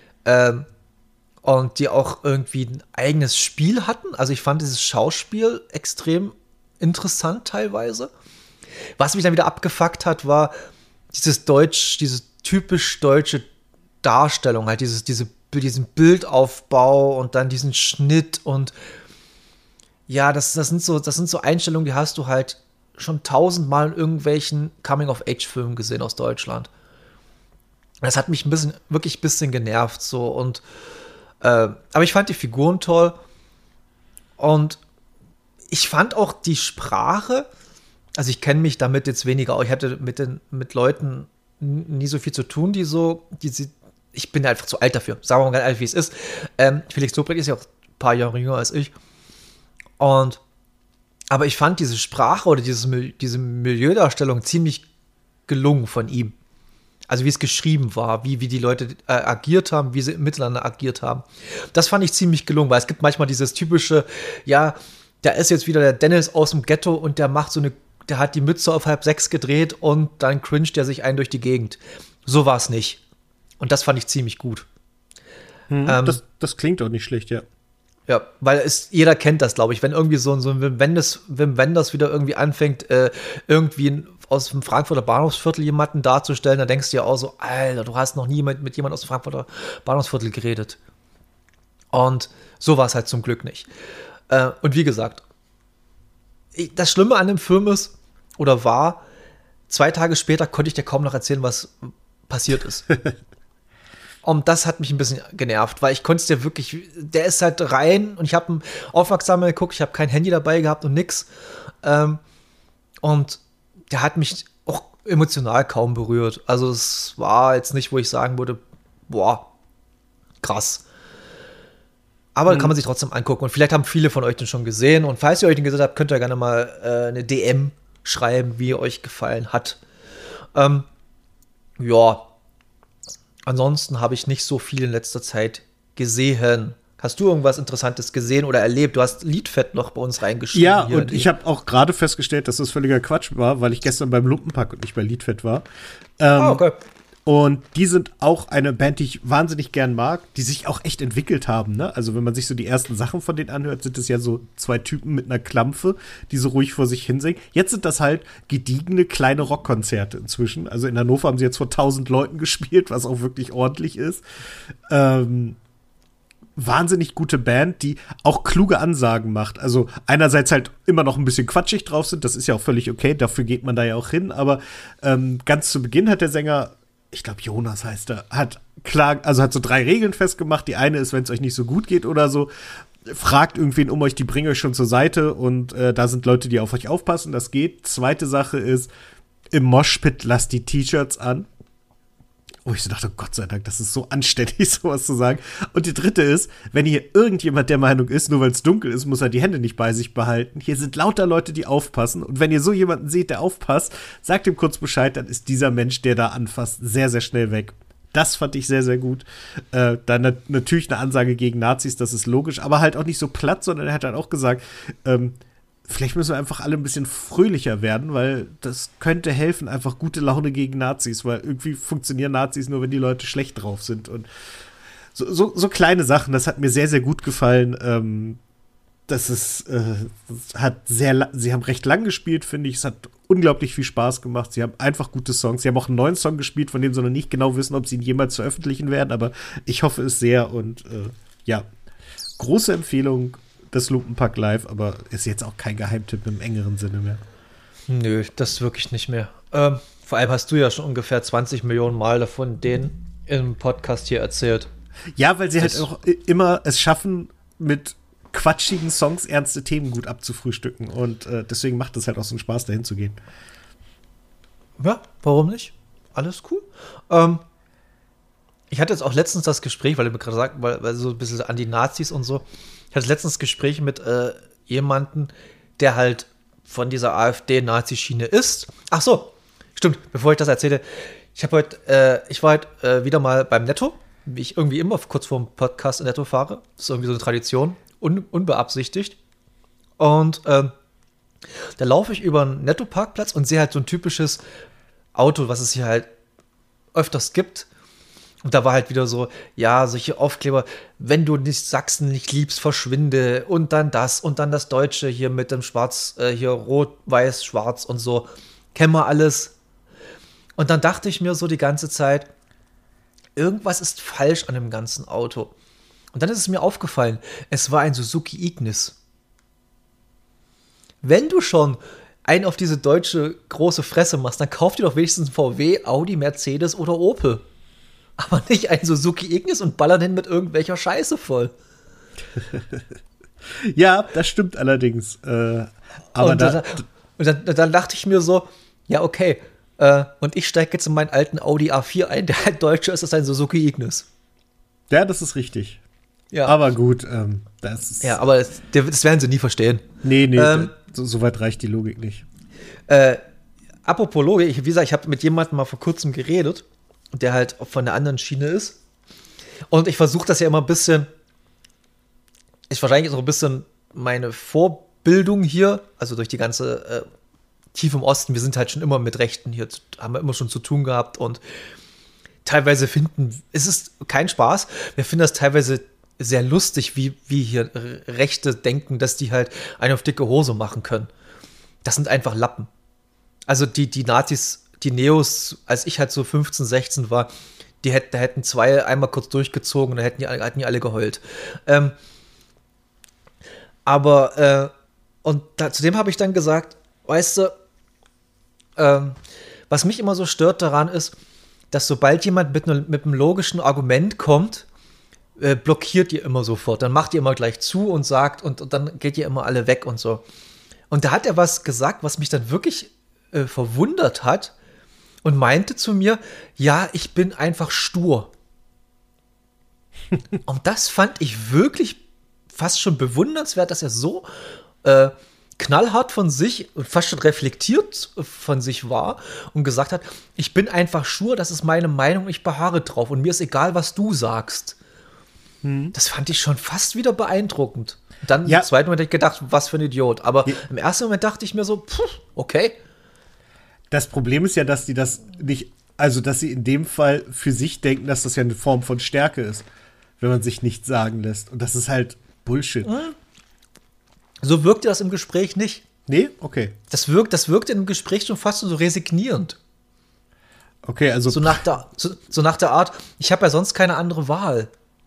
und die auch irgendwie ein eigenes Spiel hatten. Also ich fand dieses Schauspiel extrem interessant teilweise. Was mich dann wieder abgefuckt hat, war diese typisch deutsche Darstellung, halt diesen Bildaufbau und dann diesen Schnitt und ja, das sind so Einstellungen, die hast du halt schon 1000-mal in irgendwelchen Coming-of-Age-Filmen gesehen aus Deutschland. Das hat mich wirklich ein bisschen genervt so und aber ich fand die Figuren toll und ich fand auch die Sprache, also ich kenne mich damit jetzt weniger, ich hatte mit Leuten nie so viel zu tun, ich bin einfach zu alt dafür, sagen wir mal ganz ehrlich, wie es ist. Felix Lobrecht ist ja auch ein paar Jahre jünger als ich aber ich fand diese Sprache oder diese Milieudarstellung ziemlich gelungen von ihm. Also wie es geschrieben war, wie die Leute agiert haben, wie sie miteinander agiert haben. Das fand ich ziemlich gelungen, weil es gibt manchmal dieses typische, ja, da ist jetzt wieder der Dennis aus dem Ghetto und der hat die Mütze auf 5:30 gedreht und dann cringet der sich ein durch die Gegend. So war es nicht. Und das fand ich ziemlich gut. Das klingt auch nicht schlecht, ja. Ja, weil jeder kennt das, glaube ich. Wenn irgendwie so ein Wim Wenders wieder irgendwie anfängt, irgendwie aus dem Frankfurter Bahnhofsviertel jemanden darzustellen, dann denkst du ja auch so, Alter, du hast noch nie mit jemandem aus dem Frankfurter Bahnhofsviertel geredet. Und so war es halt zum Glück nicht. Und wie gesagt, das Schlimme an dem Film ist, oder war, 2 Tage später konnte ich dir kaum noch erzählen, was passiert ist. Und das hat mich ein bisschen genervt, weil ich konnte es dir wirklich, der ist halt rein und ich habe ihn aufmerksam geguckt, ich habe kein Handy dabei gehabt und nix. Und der hat mich auch emotional kaum berührt. Also es war jetzt nicht, wo ich sagen würde, boah, krass. Aber kann man sich trotzdem angucken. Und vielleicht haben viele von euch den schon gesehen. Und falls ihr euch den gesehen habt, könnt ihr gerne mal eine DM schreiben, wie euch gefallen hat. Ja. Ansonsten habe ich nicht so viel in letzter Zeit gesehen. Hast du irgendwas Interessantes gesehen oder erlebt? Du hast Liedfett noch bei uns reingeschrieben. Ja, und ich habe auch gerade festgestellt, dass das völliger Quatsch war, weil ich gestern beim Lumpenpack und nicht bei Liedfett war. Okay. Und die sind auch eine Band, die ich wahnsinnig gern mag, die sich auch echt entwickelt haben, ne? Also wenn man sich so die ersten Sachen von denen anhört, sind es ja so 2 Typen mit einer Klampfe, die so ruhig vor sich hinsingen. Jetzt sind das halt gediegene kleine Rockkonzerte inzwischen. Also in Hannover haben sie jetzt vor 1000 Leuten gespielt, was auch wirklich ordentlich ist. Wahnsinnig gute Band, die auch kluge Ansagen macht. Also einerseits halt immer noch ein bisschen quatschig drauf sind, das ist ja auch völlig okay, dafür geht man da ja auch hin, aber ganz zu Beginn hat der Sänger, ich glaube Jonas heißt er, hat so 3 Regeln festgemacht. Die eine ist, wenn es euch nicht so gut geht oder so, fragt irgendwen um euch, die bringen euch schon zur Seite und da sind Leute, die auf euch aufpassen, das geht. Zweite Sache ist, im Moshpit lasst die T-Shirts an. Oh, ich so dachte, Gott sei Dank, das ist so anständig, sowas zu sagen. Und die dritte ist, wenn hier irgendjemand der Meinung ist, nur weil es dunkel ist, muss er die Hände nicht bei sich behalten. Hier sind lauter Leute, die aufpassen. Und wenn ihr so jemanden seht, der aufpasst, sagt ihm kurz Bescheid, dann ist dieser Mensch, der da anfasst, sehr, sehr schnell weg. Das fand ich sehr, sehr gut. Dann natürlich eine Ansage gegen Nazis, das ist logisch, aber halt auch nicht so platt, sondern er hat halt auch gesagt, vielleicht müssen wir einfach alle ein bisschen fröhlicher werden, weil das könnte helfen, einfach gute Laune gegen Nazis, weil irgendwie funktionieren Nazis nur, wenn die Leute schlecht drauf sind. Und so kleine Sachen, das hat mir sehr, sehr gut gefallen. Sie haben recht lang gespielt, finde ich. Es hat unglaublich viel Spaß gemacht. Sie haben einfach gute Songs. Sie haben auch einen neuen Song gespielt, von dem sie noch nicht genau wissen, ob sie ihn jemals veröffentlichen werden, aber ich hoffe es sehr. Und ja, große Empfehlung. Das Lumpenpack live, aber ist jetzt auch kein Geheimtipp im engeren Sinne mehr. Nö, das wirklich nicht mehr. Vor allem hast du ja schon ungefähr 20 Millionen Mal davon den im Podcast hier erzählt. Ja, weil sie halt auch immer es schaffen, mit quatschigen Songs ernste Themen gut abzufrühstücken und deswegen macht es halt auch so einen Spaß, dahin zu gehen. Ja, warum nicht? Alles cool. Ich hatte jetzt auch letztens das Gespräch, weil du mir gerade sagst, weil so ein bisschen an die Nazis und so. Ich hatte letztens Gespräch mit jemandem, der halt von dieser AfD-Nazi-Schiene ist. Ach so, stimmt, bevor ich das erzähle. Ich war heute wieder mal beim Netto, wie ich irgendwie immer kurz vor dem Podcast in Netto fahre. Das ist irgendwie so eine Tradition, unbeabsichtigt. Und da laufe ich über einen Netto-Parkplatz und sehe halt so ein typisches Auto, was es hier halt öfters gibt. Und da war halt wieder so, ja, solche Aufkleber, wenn du nicht Sachsen nicht liebst, verschwinde. Und dann das Deutsche hier mit dem Schwarz, hier rot, weiß, schwarz und so. Kennen wir alles. Und dann dachte ich mir so die ganze Zeit, irgendwas ist falsch an dem ganzen Auto. Und dann ist es mir aufgefallen, es war ein Suzuki Ignis. Wenn du schon einen auf diese deutsche große Fresse machst, dann kauf dir doch wenigstens einen VW, Audi, Mercedes oder Opel. Aber nicht ein Suzuki Ignis und ballern hin mit irgendwelcher Scheiße voll. Ja, das stimmt allerdings. Aber dann dachte ich mir so, ja, okay. Und ich steige jetzt in meinen alten Audi A4 ein, der halt deutscher ist als ein Suzuki Ignis. Ja, das ist richtig. Ja. Aber gut, das ist. Ja, aber das werden sie nie verstehen. Nee, so weit reicht die Logik nicht. Apropos Logik, wie gesagt, ich habe mit jemandem mal vor kurzem geredet. der halt von der anderen Schiene ist. Und ich versuche das ja immer ein bisschen, ist wahrscheinlich so ein bisschen meine Vorbildung hier, also durch die ganze tief im Osten, wir sind halt schon immer mit Rechten hier, haben wir immer schon zu tun gehabt und teilweise es ist kein Spaß, wir finden das teilweise sehr lustig, wie hier Rechte denken, dass die halt eine auf dicke Hose machen können. Das sind einfach Lappen. Also die Nazis, die Neos, als ich halt so 15, 16 war, da hätten zwei einmal kurz durchgezogen und da hätten die alle geheult. Zudem habe ich dann gesagt, weißt du, was mich immer so stört daran ist, dass sobald jemand mit einem logischen Argument kommt, blockiert ihr immer sofort. Dann macht ihr immer gleich zu und sagt und dann geht ihr immer alle weg und so. Und da hat er was gesagt, was mich dann wirklich verwundert hat und meinte zu mir, ja, ich bin einfach stur. Und das fand ich wirklich fast schon bewundernswert, dass er so knallhart von sich und fast schon reflektiert von sich war und gesagt hat, ich bin einfach stur, das ist meine Meinung, ich beharre drauf und mir ist egal, was du sagst. Das fand ich schon fast wieder beeindruckend. Dann im zweiten Moment habe ich gedacht, was für ein Idiot. Aber im ersten Moment dachte ich mir so, okay. Das Problem ist ja, dass die das nicht, also dass sie in dem Fall für sich denken, dass das ja eine Form von Stärke ist, wenn man sich nichts sagen lässt. Und das ist halt Bullshit. So wirkte das im Gespräch nicht. Nee? Okay. Das wirkte im Gespräch schon fast so resignierend. Okay, also. So nach der Art, ich habe ja sonst keine andere Wahl.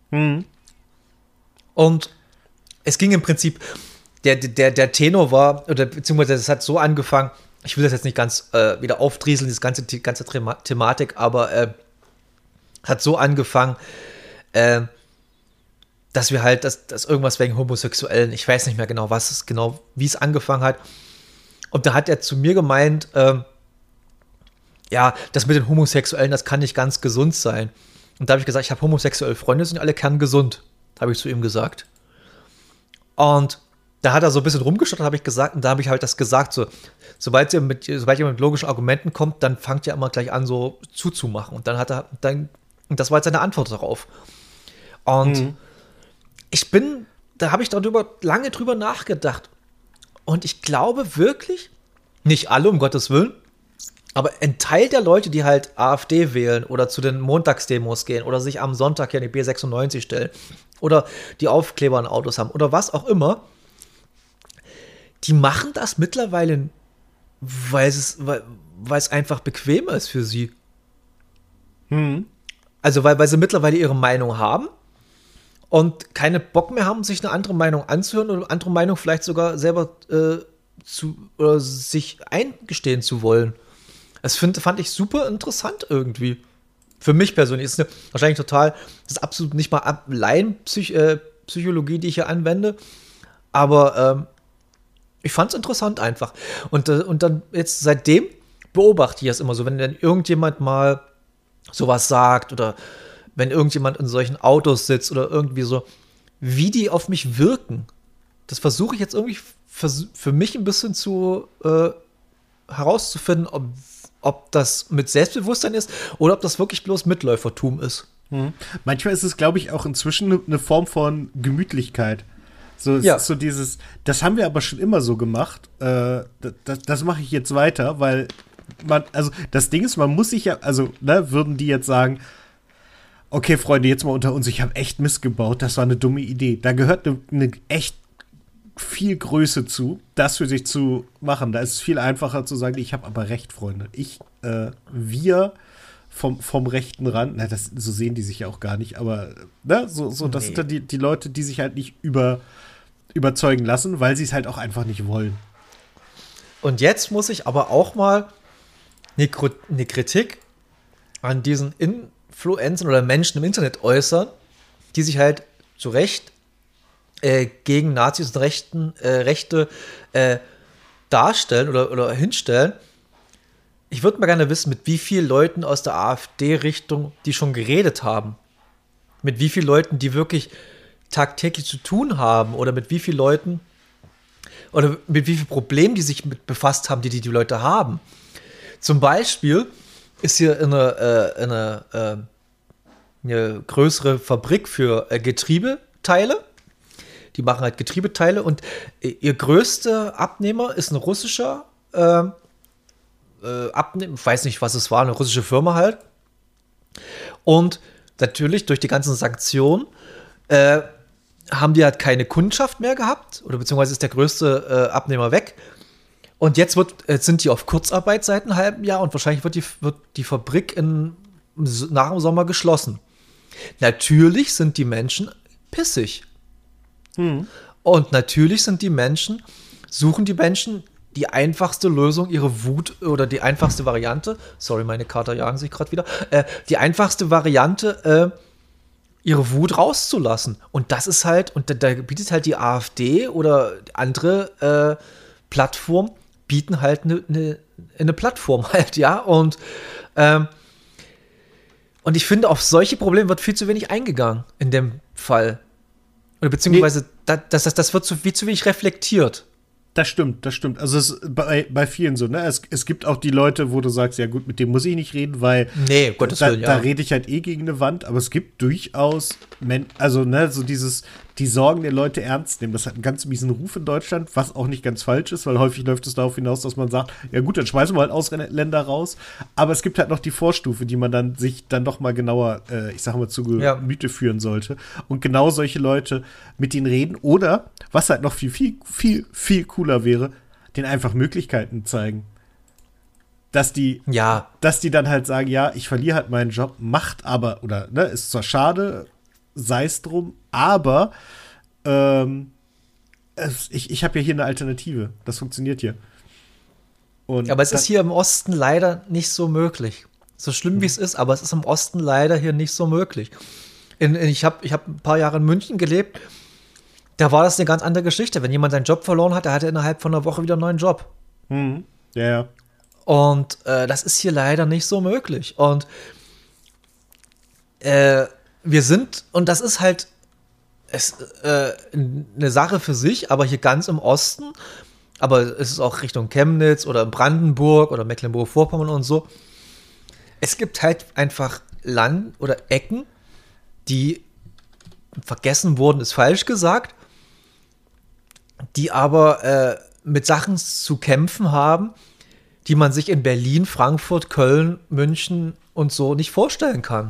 Und es ging im Prinzip, der Tenor war, oder beziehungsweise es hat so angefangen, ich will das jetzt nicht ganz wieder aufdrieseln, die ganze Thematik, aber hat so angefangen, dass wir halt, dass irgendwas wegen Homosexuellen, ich weiß nicht mehr genau, wie es angefangen hat. Und da hat er zu mir gemeint, ja, das mit den Homosexuellen, das kann nicht ganz gesund sein. Und da habe ich gesagt, ich habe homosexuelle Freunde, sind alle kerngesund, habe ich zu ihm gesagt. Und da hat er so ein bisschen rumgestottert, habe ich gesagt, und da habe ich halt das gesagt, so, sobald ihr mit logischen Argumenten kommt, dann fangt ihr immer gleich an, so zuzumachen. Und und das war jetzt seine Antwort darauf. Und da habe ich lange drüber nachgedacht. Und ich glaube wirklich, nicht alle, um Gottes Willen, aber ein Teil der Leute, die halt AfD wählen oder zu den Montagsdemos gehen oder sich am Sonntag hier in die B96 stellen oder die Aufkleber an Autos haben oder was auch immer, die machen das mittlerweile, weil es einfach bequem ist für sie. Also weil sie mittlerweile ihre Meinung haben und keine Bock mehr haben, sich eine andere Meinung anzuhören oder eine andere Meinung vielleicht sogar selber sich eingestehen zu wollen. Das fand ich super interessant irgendwie. Für mich persönlich ist es wahrscheinlich das ist absolut nicht mal Laienpsychologie, die ich hier anwende, aber ich fand es interessant einfach. Und dann jetzt seitdem beobachte ich das immer so, wenn dann irgendjemand mal sowas sagt oder wenn irgendjemand in solchen Autos sitzt oder irgendwie so, wie die auf mich wirken. Das versuche ich jetzt irgendwie für mich ein bisschen herauszufinden, ob das mit Selbstbewusstsein ist oder ob das wirklich bloß Mitläufertum ist. Manchmal ist es, glaube ich, auch inzwischen eine Form von Gemütlichkeit. So, es ist so dieses, das haben wir aber schon immer so gemacht, das mache ich jetzt weiter, weil also das Ding ist, man muss sich ja, also, würden die jetzt sagen, okay, Freunde, jetzt mal unter uns, ich habe echt Mist gebaut, das war eine dumme Idee. Da gehört eine echt viel Größe zu, das für sich zu machen. Da ist es viel einfacher zu sagen, ich habe aber recht, Freunde. Wir vom rechten Rand, so sehen die sich ja auch gar nicht, aber das sind dann die Leute, die sich halt nicht überzeugen lassen, weil sie es halt auch einfach nicht wollen. Und jetzt muss ich aber auch mal eine Kritik an diesen Influencern oder Menschen im Internet äußern, die sich halt zu Recht gegen Nazis und Rechte darstellen oder hinstellen. Ich würde mal gerne wissen, mit wie vielen Leuten aus der AfD-Richtung die schon geredet haben. Mit wie vielen Leuten die wirklich tagtäglich zu tun haben oder mit wie vielen Leuten oder mit wie vielen Problemen die sich mit befasst haben, die Leute haben. Zum Beispiel ist hier eine größere Fabrik für Getriebeteile. Die machen halt Getriebeteile und ihr größter Abnehmer ist ein russischer Abnehmer, ich weiß nicht, was es war, eine russische Firma halt. Und natürlich durch die ganzen Sanktionen haben die halt keine Kundschaft mehr gehabt oder beziehungsweise ist der größte Abnehmer weg. Und jetzt sind die auf Kurzarbeit seit einem halben Jahr und wahrscheinlich wird die Fabrik nach dem Sommer geschlossen. Natürlich sind die Menschen pissig. Und natürlich suchen die Menschen die einfachste Lösung, ihre Wut oder die einfachste Variante, sorry, meine Kater jagen sich gerade wieder, die einfachste Variante, ihre Wut rauszulassen. Und das ist halt, und da bietet halt die AfD oder andere Plattformen, bieten halt eine Plattform halt, ja, und ich finde, auf solche Probleme wird viel zu wenig eingegangen in dem Fall. Oder beziehungsweise, das wird viel zu wenig reflektiert. Das stimmt. Also es ist bei vielen so, ne? Es gibt auch die Leute, wo du sagst, ja gut, mit dem muss ich nicht reden, weil Gottes Willen, da rede ich halt gegen eine Wand, aber es gibt durchaus so die Sorgen der Leute ernst nehmen. Das hat einen ganz miesen Ruf in Deutschland, was auch nicht ganz falsch ist, weil häufig läuft es darauf hinaus, dass man sagt, ja gut, dann schmeißen wir halt Ausländer raus, aber es gibt halt noch die Vorstufe, die man dann sich dann noch mal genauer, zu Gemüte führen sollte und genau solche Leute mit denen reden oder, was halt noch viel, viel, viel, viel cooler wäre, denen einfach Möglichkeiten zeigen. Dass die dann halt sagen, ja, ich verliere halt meinen Job, macht aber, oder, ne, ist zwar schade, sei es drum, aber ich habe ja hier eine Alternative. Das funktioniert hier. Aber es ist hier im Osten leider nicht so möglich. So schlimm wie es ist, aber es ist im Osten leider hier nicht so möglich. Ich hab ein paar Jahre in München gelebt, da war das eine ganz andere Geschichte. Wenn jemand seinen Job verloren hat, der hatte innerhalb von einer Woche wieder einen neuen Job. Ja. Und das ist hier leider nicht so möglich. Und und das ist halt eine Sache für sich, aber hier ganz im Osten, aber es ist auch Richtung Chemnitz oder Brandenburg oder Mecklenburg-Vorpommern und so. Es gibt halt einfach Land oder Ecken, die vergessen wurden, ist falsch gesagt, die aber mit Sachen zu kämpfen haben, die man sich in Berlin, Frankfurt, Köln, München und so nicht vorstellen kann.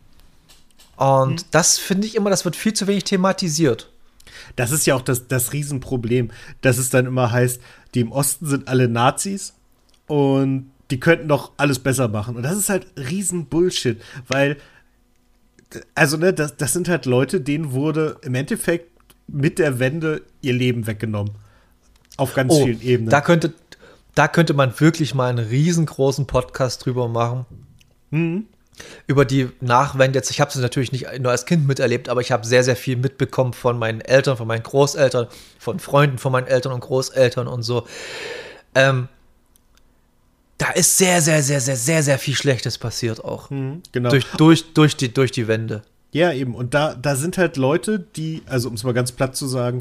Und das finde ich immer, das wird viel zu wenig thematisiert. Das ist ja auch das Riesenproblem, dass es dann immer heißt, die im Osten sind alle Nazis und die könnten doch alles besser machen. Und das ist halt Riesen-Bullshit, weil, also, ne, das sind halt Leute, denen wurde im Endeffekt mit der Wende ihr Leben weggenommen. Auf ganz vielen Ebenen. Da könnte man wirklich mal einen riesengroßen Podcast drüber machen. Über die Nachwende. Jetzt, ich habe es natürlich nicht nur als Kind miterlebt, aber ich habe sehr, sehr viel mitbekommen von meinen Eltern, von meinen Großeltern, von Freunden von meinen Eltern und Großeltern und so. Da ist sehr, sehr, sehr, sehr, sehr, sehr viel Schlechtes passiert auch. Genau. Durch die Wende. Ja, eben. Und da sind halt Leute, die, also um es mal ganz platt zu sagen,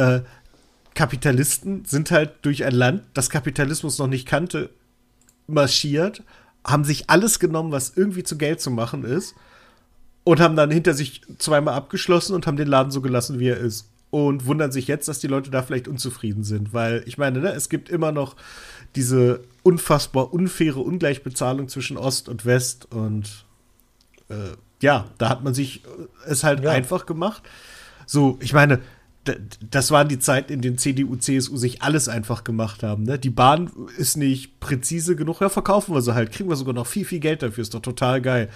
Kapitalisten sind halt durch ein Land, das Kapitalismus noch nicht kannte, marschiert, haben sich alles genommen, was irgendwie zu Geld zu machen ist und haben dann hinter sich zweimal abgeschlossen und haben den Laden so gelassen, wie er ist. Und wundern sich jetzt, dass die Leute da vielleicht unzufrieden sind. Weil, ich meine, ne, es gibt immer noch diese unfassbar unfaire Ungleichbezahlung zwischen Ost und West. Und da hat man sich es halt einfach gemacht. So, ich meine, das waren die Zeiten, in denen CDU, CSU sich alles einfach gemacht haben. Ne? Die Bahn ist nicht präzise genug. Ja, verkaufen wir sie halt. Kriegen wir sogar noch viel, viel Geld dafür. Ist doch total geil.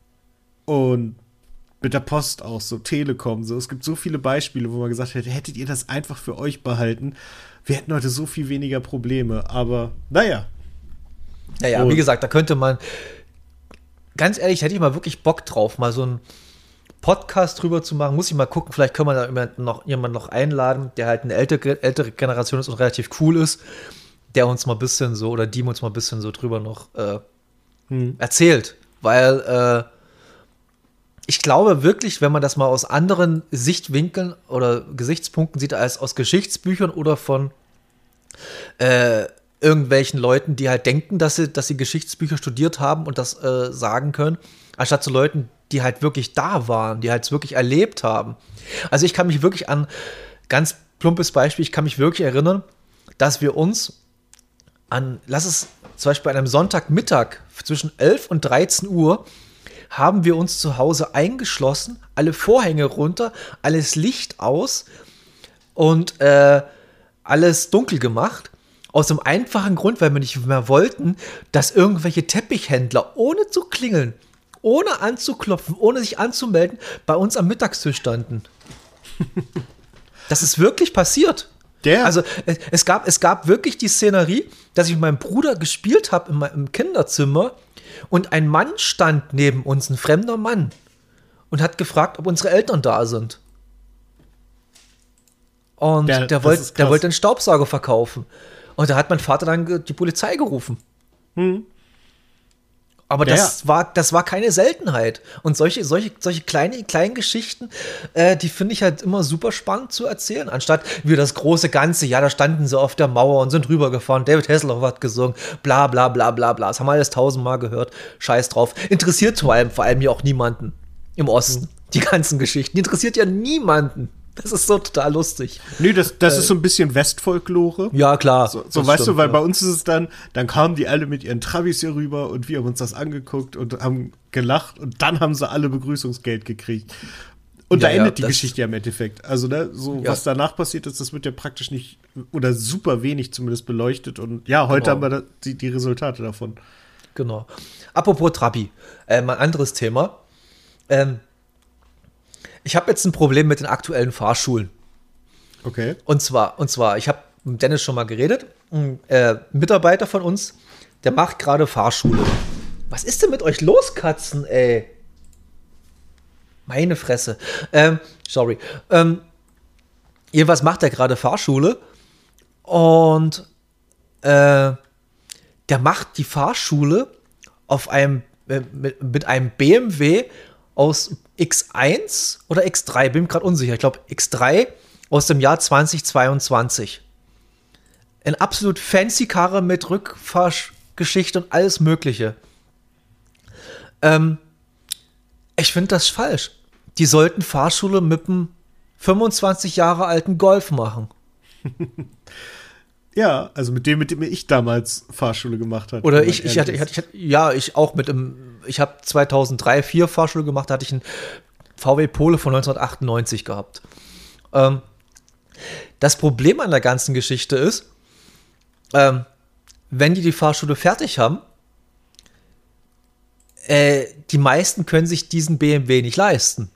Und mit der Post auch so, Telekom, so. Es gibt so viele Beispiele, wo man gesagt hätte, hättet ihr das einfach für euch behalten, wir hätten heute so viel weniger Probleme. Aber, naja. Naja, wie gesagt, da könnte man, ganz ehrlich, hätte ich mal wirklich Bock drauf, mal so ein Podcast drüber zu machen, muss ich mal gucken, vielleicht können wir da jemanden noch einladen, der halt eine ältere Generation ist und relativ cool ist, der uns mal ein bisschen so, oder die uns mal ein bisschen so drüber noch erzählt, weil ich glaube wirklich, wenn man das mal aus anderen Sichtwinkeln oder Gesichtspunkten sieht, als aus Geschichtsbüchern oder von irgendwelchen Leuten, die halt denken, dass sie Geschichtsbücher studiert haben und das sagen können, anstatt zu Leuten, die halt wirklich da waren, die halt es wirklich erlebt haben. Also ich kann mich wirklich an, ganz plumpes Beispiel, ich kann mich wirklich erinnern, dass wir uns lass es zum Beispiel an einem Sonntagmittag zwischen 11 und 13 Uhr haben wir uns zu Hause eingeschlossen, alle Vorhänge runter, alles Licht aus und alles dunkel gemacht. Aus dem einfachen Grund, weil wir nicht mehr wollten, dass irgendwelche Teppichhändler ohne zu klingeln, ohne anzuklopfen, ohne sich anzumelden, bei uns am Mittagstisch standen. Das ist wirklich passiert. Also es gab wirklich die Szenerie, dass ich mit meinem Bruder gespielt habe im Kinderzimmer und ein Mann stand neben uns, ein fremder Mann, und hat gefragt, ob unsere Eltern da sind. Und der wollte einen Staubsauger verkaufen. Und da hat mein Vater dann die Polizei gerufen. Aber das war keine Seltenheit. Und solche kleinen Geschichten, die finde ich halt immer super spannend zu erzählen. Anstatt wie das große Ganze, ja, da standen sie auf der Mauer und sind rübergefahren, David Hasselhoff hat gesungen, bla bla bla bla bla. Das haben wir alles 1000-mal gehört. Scheiß drauf. Interessiert vor allem ja auch niemanden im Osten. Die ganzen Geschichten. Die interessiert ja niemanden. Das ist so total lustig. Nee, das ist so ein bisschen Westfolklore. Ja, klar. So weißt stimmt, du, weil bei uns ist es dann kamen die alle mit ihren Travis hier rüber und wir haben uns das angeguckt und haben gelacht und dann haben sie alle Begrüßungsgeld gekriegt. Und da endet die Geschichte ja im Endeffekt. Also, ne, was danach passiert ist, das wird ja praktisch nicht oder super wenig zumindest beleuchtet. Und ja, heute haben wir die Resultate davon. Genau. Apropos Trabi, mal ein anderes Thema. Ich habe jetzt ein Problem mit den aktuellen Fahrschulen. Okay. Und zwar, ich habe mit Dennis schon mal geredet. Ein Mitarbeiter von uns, der macht gerade Fahrschule. Was ist denn mit euch los, Katzen, ey? Meine Fresse. Sorry. Jedenfalls macht er gerade Fahrschule. Und der macht die Fahrschule mit einem BMW aus X1 oder X3, bin mir gerade unsicher. Ich glaube X3 aus dem Jahr 2022. Ein absolut fancy Karre mit Rückfahrgeschichte und alles Mögliche. Ich finde das falsch. Die sollten Fahrschule mit einem 25 Jahre alten Golf machen. Ja, also mit dem ich damals Fahrschule gemacht habe. Oder ich auch ich habe 2003, 2004 Fahrschule gemacht, da hatte ich einen VW Polo von 1998 gehabt. Das Problem an der ganzen Geschichte ist, wenn die Fahrschule fertig haben, die meisten können sich diesen BMW nicht leisten.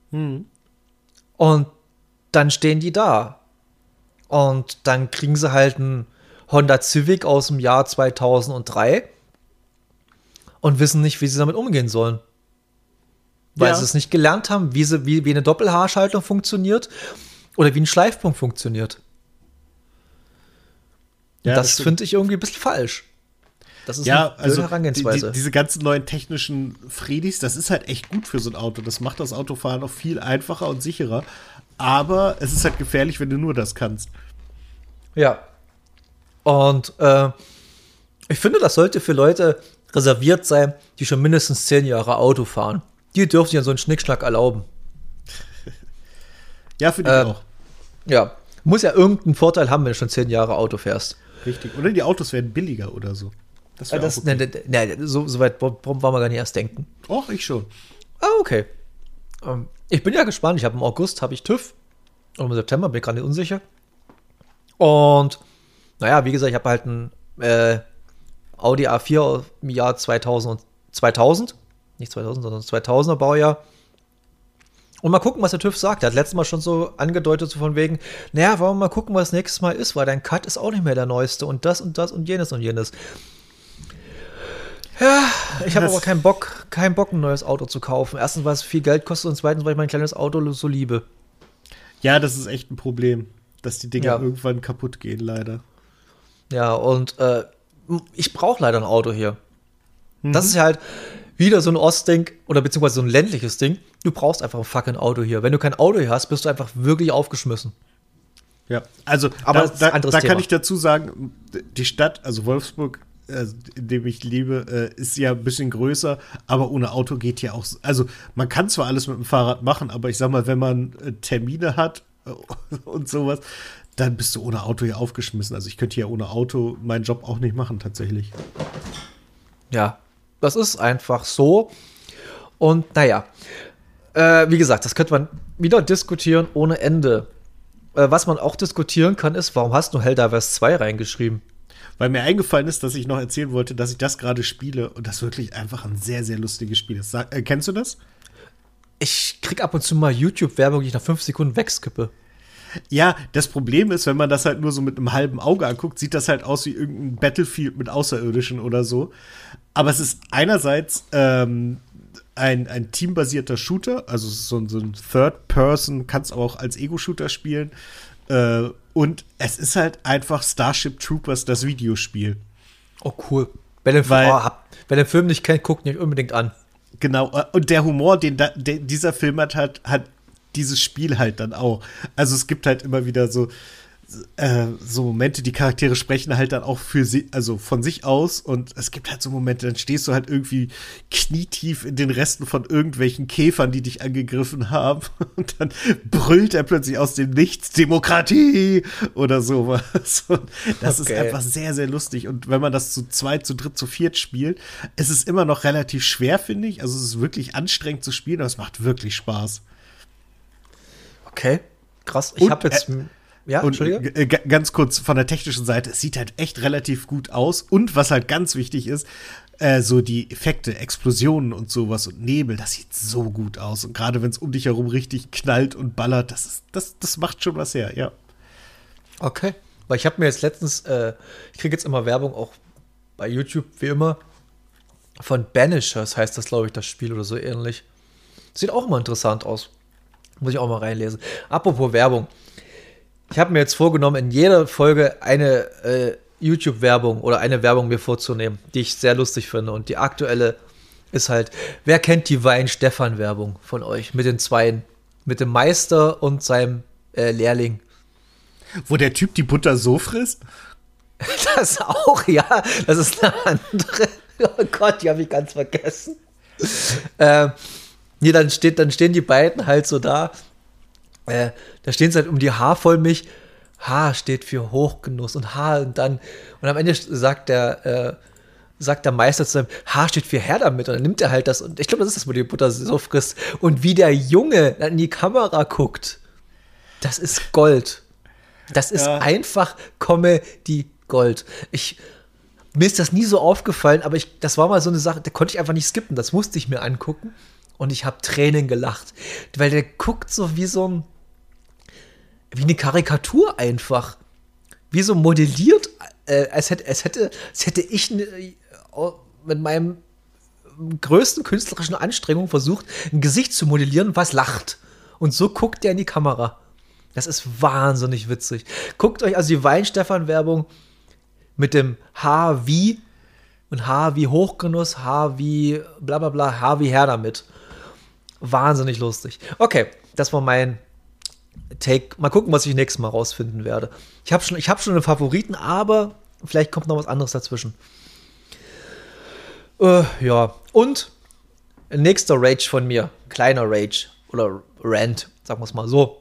Und dann stehen die da. Und dann kriegen sie halt einen Honda Civic aus dem Jahr 2003 und wissen nicht, wie sie damit umgehen sollen. Weil sie es nicht gelernt haben, wie eine Doppelhaarschaltung funktioniert oder wie ein Schleifpunkt funktioniert. Ja, das finde ich irgendwie ein bisschen falsch. Das ist eine blöde Herangehensweise. Diese ganzen neuen technischen Fredis, das ist halt echt gut für so ein Auto. Das macht das Autofahren auch viel einfacher und sicherer. Aber es ist halt gefährlich, wenn du nur das kannst. Ja. Und ich finde, das sollte für Leute reserviert sein, die schon mindestens 10 Jahre Auto fahren. Die dürfen sich ja so einen Schnickschnack erlauben. Ja, für dich auch. Ja. Muss ja irgendeinen Vorteil haben, wenn du schon 10 Jahre Auto fährst. Richtig. Oder die Autos werden billiger oder so. Das okay. So weit wollen wir gar nicht erst denken. Och, ich schon. Ah, okay. Ich bin ja gespannt. Im August habe ich TÜV. Und im September bin ich gerade nicht unsicher. Und, naja, wie gesagt, ich habe halt einen Audi A4 im Jahr 2000. Nicht 2000, sondern 2000er Baujahr. Und mal gucken, was der TÜV sagt. Der hat letztes Mal schon so angedeutet, so von wegen, naja, wollen wir mal gucken, was nächstes Mal ist, weil dein Cut ist auch nicht mehr der neueste und das und das und jenes und jenes. Ja, ich habe aber keinen Bock, ein neues Auto zu kaufen. Erstens, weil es viel Geld kostet und zweitens, weil ich mein kleines Auto so liebe. Ja, das ist echt ein Problem, dass die Dinger irgendwann kaputt gehen, leider. Ja, und ich brauche leider ein Auto hier. Das ist ja halt wieder so ein Ostding oder beziehungsweise so ein ländliches Ding. Du brauchst einfach ein fucking Auto hier. Wenn du kein Auto hier hast, bist du einfach wirklich aufgeschmissen. Ja, also Aber da anderes Thema. kann ich dazu sagen, die Stadt, also Wolfsburg, in dem ich lebe, ist ja ein bisschen größer, aber ohne Auto geht ja auch. Also man kann zwar alles mit dem Fahrrad machen, aber ich sag mal, wenn man Termine hat und sowas, dann bist du ohne Auto ja aufgeschmissen. Also ich könnte ja ohne Auto meinen Job auch nicht machen, tatsächlich. Ja, das ist einfach so. Und naja, wie gesagt, das könnte man wieder diskutieren ohne Ende. Was man auch diskutieren kann, ist, warum hast du Helldivers 2 reingeschrieben? Weil mir eingefallen ist, dass ich noch erzählen wollte, dass ich das gerade spiele und das wirklich einfach ein sehr, sehr lustiges Spiel ist. Kennst du das? Ich krieg ab und zu mal YouTube-Werbung, die ich nach 5 Sekunden wegskippe. Ja, das Problem ist, wenn man das halt nur so mit einem halben Auge anguckt, sieht das halt aus wie irgendein Battlefield mit Außerirdischen oder so. Aber es ist einerseits ein teambasierter Shooter, also so ein Third-Person, kannst auch als Ego-Shooter spielen. Und es ist halt einfach Starship Troopers, das Videospiel. Oh, cool. Wer den Film nicht kennt, guckt nicht unbedingt an. Genau, und der Humor, den dieser Film hat dieses Spiel halt dann auch. Also es gibt halt immer wieder so Momente, die Charaktere sprechen halt dann auch für sie, also von sich aus, und es gibt halt so Momente, dann stehst du halt irgendwie knietief in den Resten von irgendwelchen Käfern, die dich angegriffen haben, und dann brüllt er plötzlich aus dem Nichts Demokratie oder sowas. Und das ist einfach sehr, sehr lustig. Und wenn man das zu zweit, zu dritt, zu viert spielt, ist es immer noch relativ schwer, finde ich. Also es ist wirklich anstrengend zu spielen, aber es macht wirklich Spaß. Okay, krass. Ich habe jetzt ja, Entschuldige. Ganz kurz von der technischen Seite, es sieht halt echt relativ gut aus. Und was halt ganz wichtig ist, so die Effekte, Explosionen und sowas und Nebel, das sieht so gut aus. Und gerade wenn es um dich herum richtig knallt und ballert, das macht schon was her, ja. Okay. Weil ich habe mir jetzt letztens, ich kriege jetzt immer Werbung auch bei YouTube, wie immer, von Banishers heißt das, glaube ich, das Spiel oder so ähnlich. Sieht auch immer interessant aus. Muss ich auch mal reinlesen. Apropos Werbung. Ich habe mir jetzt vorgenommen, in jeder Folge eine YouTube-Werbung oder eine Werbung mir vorzunehmen, die ich sehr lustig finde. Und die aktuelle ist halt, wer kennt die Wein-Stefan-Werbung von euch? Mit den Zweien. Mit dem Meister und seinem Lehrling. Wo der Typ die Butter so frisst? Das auch, ja. Das ist eine andere. Oh Gott, die habe ich ganz vergessen. Nee, dann stehen die beiden halt so da. Da stehen sie halt um die Haarvollmilch. H steht für Hochgenuss und H und dann. Und am Ende sagt der Meister zu seinem H steht für her damit. Und dann nimmt er halt das. Und ich glaube, das ist das, wo die Butter so frisst. Und wie der Junge dann in die Kamera guckt, das ist Gold. Das ist einfach Comedy Gold. Mir ist das nie so aufgefallen, aber das war mal so eine Sache, da konnte ich einfach nicht skippen. Das musste ich mir angucken. Und ich habe Tränen gelacht. Weil der guckt so wie wie eine Karikatur einfach. Wie so modelliert, als hätte ich mit meinem größten künstlerischen Anstrengung versucht, ein Gesicht zu modellieren, was lacht. Und so guckt der in die Kamera. Das ist wahnsinnig witzig. Guckt euch also die Wein-Stefan-Werbung mit dem H wie und H wie Hochgenuss, H wie bla bla bla, H wie her damit. Wahnsinnig lustig. Okay, das war mein Take. Mal gucken, was ich nächstes Mal rausfinden werde. Ich hab schon einen Favoriten, aber vielleicht kommt noch was anderes dazwischen. Ja, und nächster Rage von mir. Kleiner Rage oder Rant, sagen wir es mal so.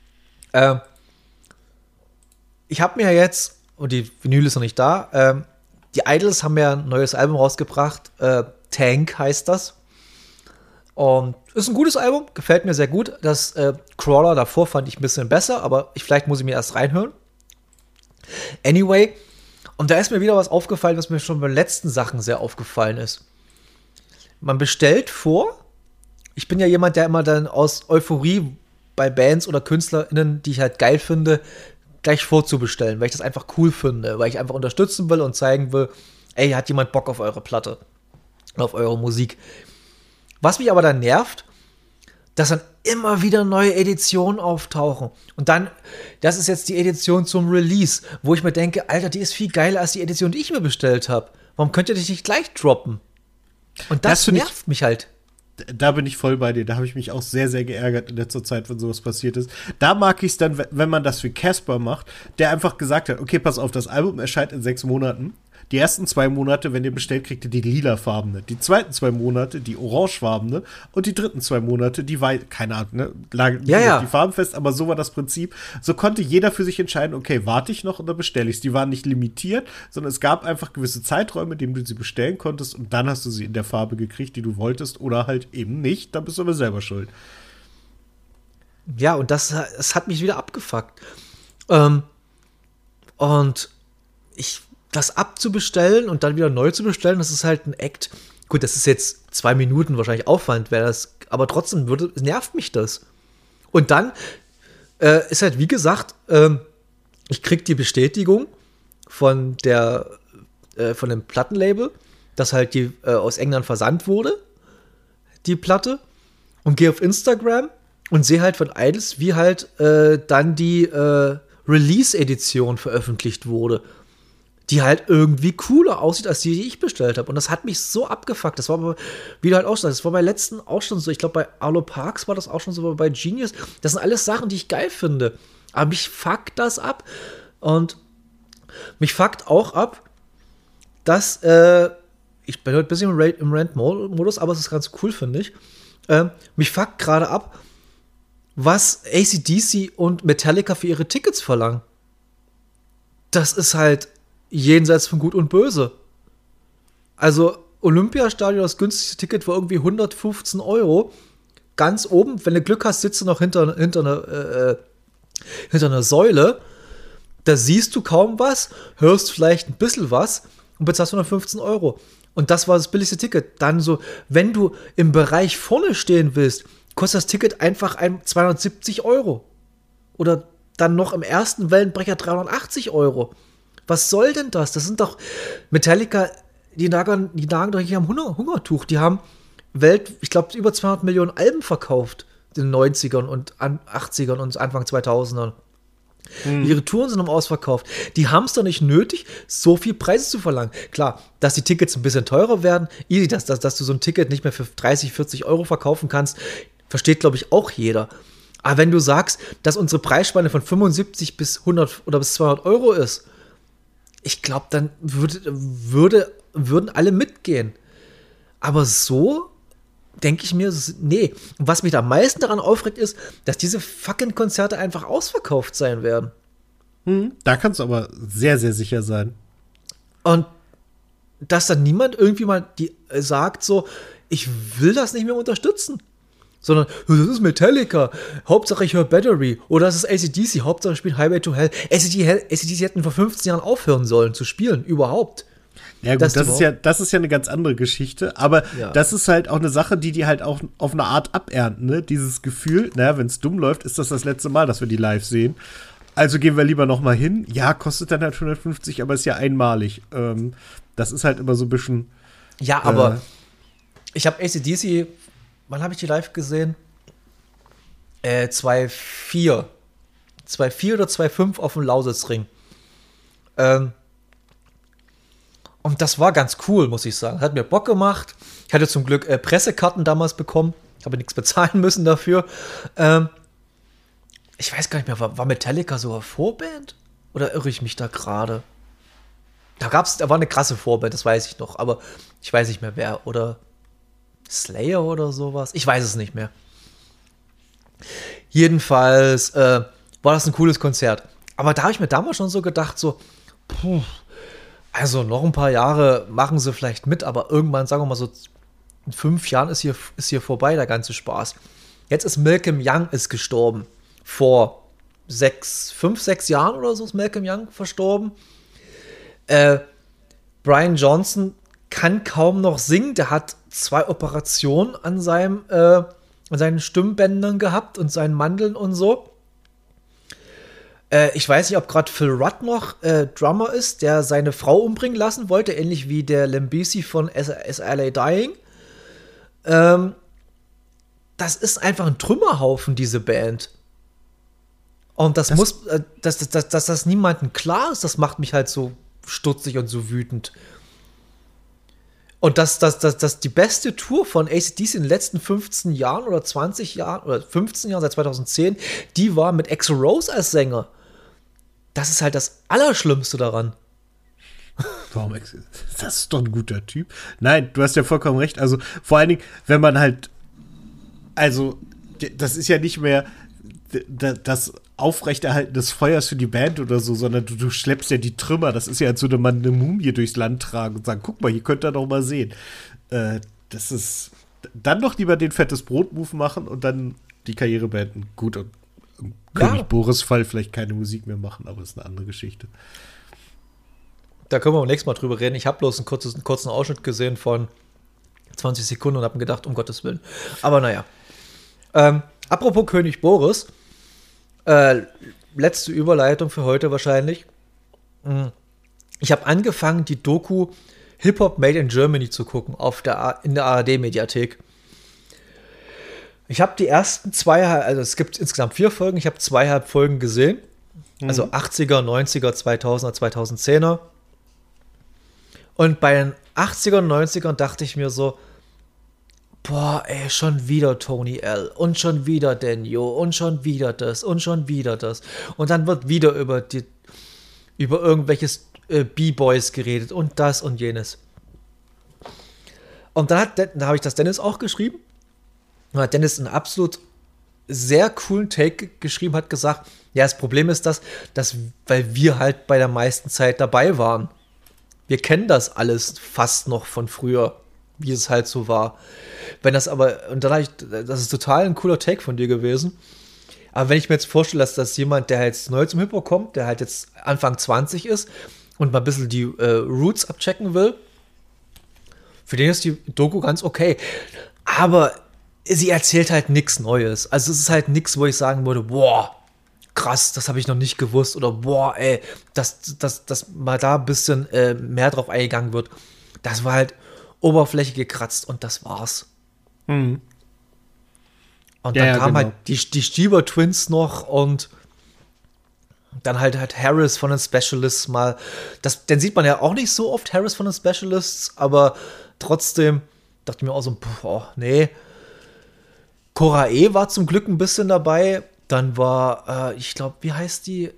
Ich habe mir jetzt, und die Vinyl ist noch nicht da, die Idols haben ja ein neues Album rausgebracht. Tank heißt das. Und ist ein gutes Album, gefällt mir sehr gut. Das Crawler davor fand ich ein bisschen besser, aber vielleicht muss ich mir erst reinhören. Anyway, und da ist mir wieder was aufgefallen, was mir schon bei den letzten Sachen sehr aufgefallen ist. Man bestellt vor. Ich bin ja jemand, der immer dann aus Euphorie bei Bands oder KünstlerInnen, die ich halt geil finde, gleich vorzubestellen, weil ich das einfach cool finde, weil ich einfach unterstützen will und zeigen will, ey, hat jemand Bock auf eure Platte, auf eure Musik. Was mich aber dann nervt, dass dann immer wieder neue Editionen auftauchen. Und dann, das ist jetzt die Edition zum Release, wo ich mir denke, Alter, die ist viel geiler als die Edition, die ich mir bestellt habe. Warum könnt ihr dich nicht gleich droppen? Und das nervt mich halt. Da bin ich voll bei dir. Da habe ich mich auch sehr, sehr geärgert in letzter Zeit, wenn sowas passiert ist. Da mag ich es dann, wenn man das wie Casper macht, der einfach gesagt hat, okay, pass auf, das Album erscheint in 6 Monaten. Die ersten 2 Monate, wenn ihr bestellt, kriegt ihr die lilafarbene. Die zweiten 2 Monate, die orangefarbene. Und die dritten 2 Monate, die keine Ahnung, ne? Lagen die Farben fest, aber so war das Prinzip. So konnte jeder für sich entscheiden, okay, warte ich noch oder bestelle ich es. Die waren nicht limitiert, sondern es gab einfach gewisse Zeiträume, in denen du sie bestellen konntest und dann hast du sie in der Farbe gekriegt, die du wolltest oder halt eben nicht. Dann bist du aber selber schuld. Ja, und das hat mich wieder abgefuckt. Und das abzubestellen und dann wieder neu zu bestellen, das ist halt ein Act. Gut, das ist jetzt 2 Minuten wahrscheinlich Aufwand, wäre das, aber trotzdem nervt mich das. Und dann ist halt, wie gesagt, ich krieg die Bestätigung von dem Plattenlabel, dass halt die aus England versandt wurde, die Platte, und gehe auf Instagram und sehe halt von Idols, wie halt dann die Release-Edition veröffentlicht wurde, die halt irgendwie cooler aussieht als die ich bestellt habe. Und das hat mich so abgefuckt. Das war aber, wie du halt auch sagst, das war bei letzten auch schon so. Ich glaube, bei Arlo Parks war das auch schon so, aber bei Genius. Das sind alles Sachen, die ich geil finde. Aber mich fuckt das ab. Und mich fuckt auch ab, dass ich bin heute ein bisschen im Rant-Modus, aber es ist ganz cool, finde ich. Mich fuckt gerade ab, was AC/DC und Metallica für ihre Tickets verlangen. Das ist halt jenseits von Gut und Böse. Also Olympiastadion, das günstigste Ticket war irgendwie 115 €. Ganz oben, wenn du Glück hast, sitzt du noch hinter einer Säule. Da siehst du kaum was, hörst vielleicht ein bisschen was und bezahlst 115 €. Und das war das billigste Ticket. Dann so, wenn du im Bereich vorne stehen willst, kostet das Ticket einfach 270 €. Oder dann noch im ersten Wellenbrecher 380 €. Was soll denn das? Das sind doch Metallica, die nagen doch nicht am Hungertuch. Die haben ich glaube, über 200 Millionen Alben verkauft in den 90ern und 80ern und Anfang 2000ern. Ihre Touren sind ausverkauft. Die haben es doch nicht nötig, so viel Preise zu verlangen. Klar, dass die Tickets ein bisschen teurer werden, easy, dass du so ein Ticket nicht mehr für 30, 40 € verkaufen kannst, versteht, glaube ich, auch jeder. Aber wenn du sagst, dass unsere Preisspanne von 75 bis 100 oder bis 200 € ist, ich glaube, dann würden alle mitgehen. Aber so denke ich mir, nee. Und was mich am meisten daran aufregt, ist, dass diese fucking Konzerte einfach ausverkauft sein werden. Da kannst du aber sehr, sehr sicher sein. Und dass dann niemand irgendwie mal sagt so, ich will das nicht mehr unterstützen. Sondern, das ist Metallica, Hauptsache ich höre Battery. Oder das ist AC/DC, Hauptsache ich spiele Highway to Hell. AC/DC hätten vor 15 Jahren aufhören sollen zu spielen, überhaupt. Ja gut, das ist ja eine ganz andere Geschichte, aber das ist halt auch eine Sache, die halt auch auf eine Art abernten, ne? Dieses Gefühl, naja, wenn es dumm läuft, ist das letzte Mal, dass wir die live sehen. Also gehen wir lieber noch mal hin. Ja, kostet dann halt 150, aber ist ja einmalig. Das ist halt immer so ein bisschen. Ja, aber ich habe AC/DC, wann habe ich die live gesehen? 2004. 2004 oder 2005 auf dem Lausitzring. Und das war ganz cool, muss ich sagen. Hat mir Bock gemacht. Ich hatte zum Glück Pressekarten damals bekommen. Ich habe nichts bezahlen müssen dafür. Ich weiß gar nicht mehr, war Metallica sogar Vorband? Oder irre ich mich da gerade? Da war eine krasse Vorband, das weiß ich noch. Aber ich weiß nicht mehr, wer. Oder Slayer oder sowas. Ich weiß es nicht mehr. Jedenfalls war das ein cooles Konzert. Aber da habe ich mir damals schon so gedacht, so, also noch ein paar Jahre machen sie vielleicht mit, aber irgendwann, sagen wir mal so, in 5 Jahren ist hier vorbei, der ganze Spaß. Jetzt ist Malcolm Young gestorben. Vor 5, 6 Jahren oder so ist Malcolm Young verstorben. Brian Johnson kann kaum noch singen. Der hat 2 Operationen an seinen Stimmbändern gehabt und seinen Mandeln und so. Ich weiß nicht, ob gerade Phil Rudd noch Drummer ist, der seine Frau umbringen lassen wollte, ähnlich wie der Lambisi von SLA Dying. Das ist einfach ein Trümmerhaufen, diese Band. Und dass das niemandem klar ist, das macht mich halt so stutzig und so wütend. Und dass die beste Tour von AC/DC in den letzten 15 Jahren oder 20 Jahren oder 15 Jahren, seit 2010, die war mit Axl Rose als Sänger. Das ist halt das Allerschlimmste daran. Warum? Das ist doch ein guter Typ. Nein, du hast ja vollkommen recht. Also vor allen Dingen, wenn man halt, also das ist ja nicht mehr das Aufrechterhalten des Feuers für die Band oder so, sondern du schleppst ja die Trümmer. Das ist ja, als würde man eine Mumie durchs Land tragen und sagen, guck mal, hier könnt ihr doch mal sehen. Das ist dann doch lieber den fettes Brot-Move machen und dann die Karriere beenden. Gut, und im König Boris Fall vielleicht keine Musik mehr machen, aber ist eine andere Geschichte. Da können wir beim nächsten Mal drüber reden. Ich habe bloß einen kurzen Ausschnitt gesehen von 20 Sekunden und habe mir gedacht, um Gottes Willen. Aber naja. Apropos König Boris. Letzte Überleitung für heute wahrscheinlich. Ich habe angefangen, die Doku Hip-Hop Made in Germany zu gucken in der ARD-Mediathek. Ich habe die ersten 2, also es gibt insgesamt 4 Folgen, ich habe 2,5 Folgen gesehen. Also 80er, 90er, 2000er, 2010er. Und bei den 80ern und 90ern dachte ich mir so, boah, ey, schon wieder Tony L. Und schon wieder Denyo. Und schon wieder das. Und schon wieder das. Und dann wird wieder über irgendwelches B-Boys geredet. Und das und jenes. Und dann habe ich das Dennis auch geschrieben. Und hat Dennis einen absolut sehr coolen Take geschrieben, hat gesagt, ja, das Problem ist dass weil wir halt bei der meisten Zeit dabei waren. Wir kennen das alles fast noch von früher, wie es halt so war. Wenn das aber, und dann das ist total ein cooler Take von dir gewesen. Aber wenn ich mir jetzt vorstelle, dass jemand, der jetzt neu zum Hip-Hop kommt, der halt jetzt Anfang 20 ist und mal ein bisschen die Roots abchecken will, für den ist die Doku ganz okay. Aber sie erzählt halt nichts Neues. Also es ist halt nichts, wo ich sagen würde, boah, krass, das habe ich noch nicht gewusst. Oder boah, ey, dass mal da ein bisschen mehr drauf eingegangen wird. Das war halt Oberfläche gekratzt und das war's. Und dann kamen halt die Stieber Twins noch und dann halt Harris von den Specialists mal. Den sieht man ja auch nicht so oft, Harris von den Specialists, aber trotzdem dachte ich mir auch so, boah, nee. Cora E. war zum Glück ein bisschen dabei. Dann war, ich glaube, wie heißt die?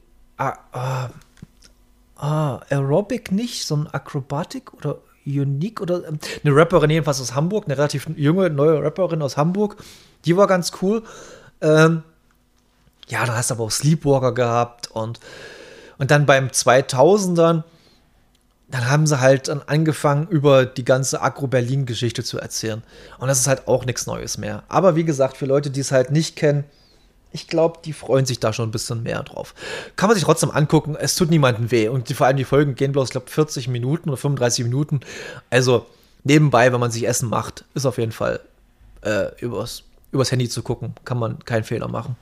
Aerobic nicht, sondern Acrobatic oder Unique oder eine Rapperin jedenfalls aus Hamburg, eine relativ junge, neue Rapperin aus Hamburg. Die war ganz cool. Ja, dann hast du aber auch Sleepwalker gehabt und dann beim 2000ern, dann haben sie halt dann angefangen, über die ganze Agro-Berlin-Geschichte zu erzählen. Und das ist halt auch nichts Neues mehr. Aber wie gesagt, für Leute, die es halt nicht kennen, ich glaube, die freuen sich da schon ein bisschen mehr drauf. Kann man sich trotzdem angucken, es tut niemandem weh. Und vor allem die Folgen gehen bloß, ich glaube, 40 Minuten oder 35 Minuten. Also nebenbei, wenn man sich Essen macht, ist auf jeden Fall übers Handy zu gucken. Kann man keinen Fehler machen.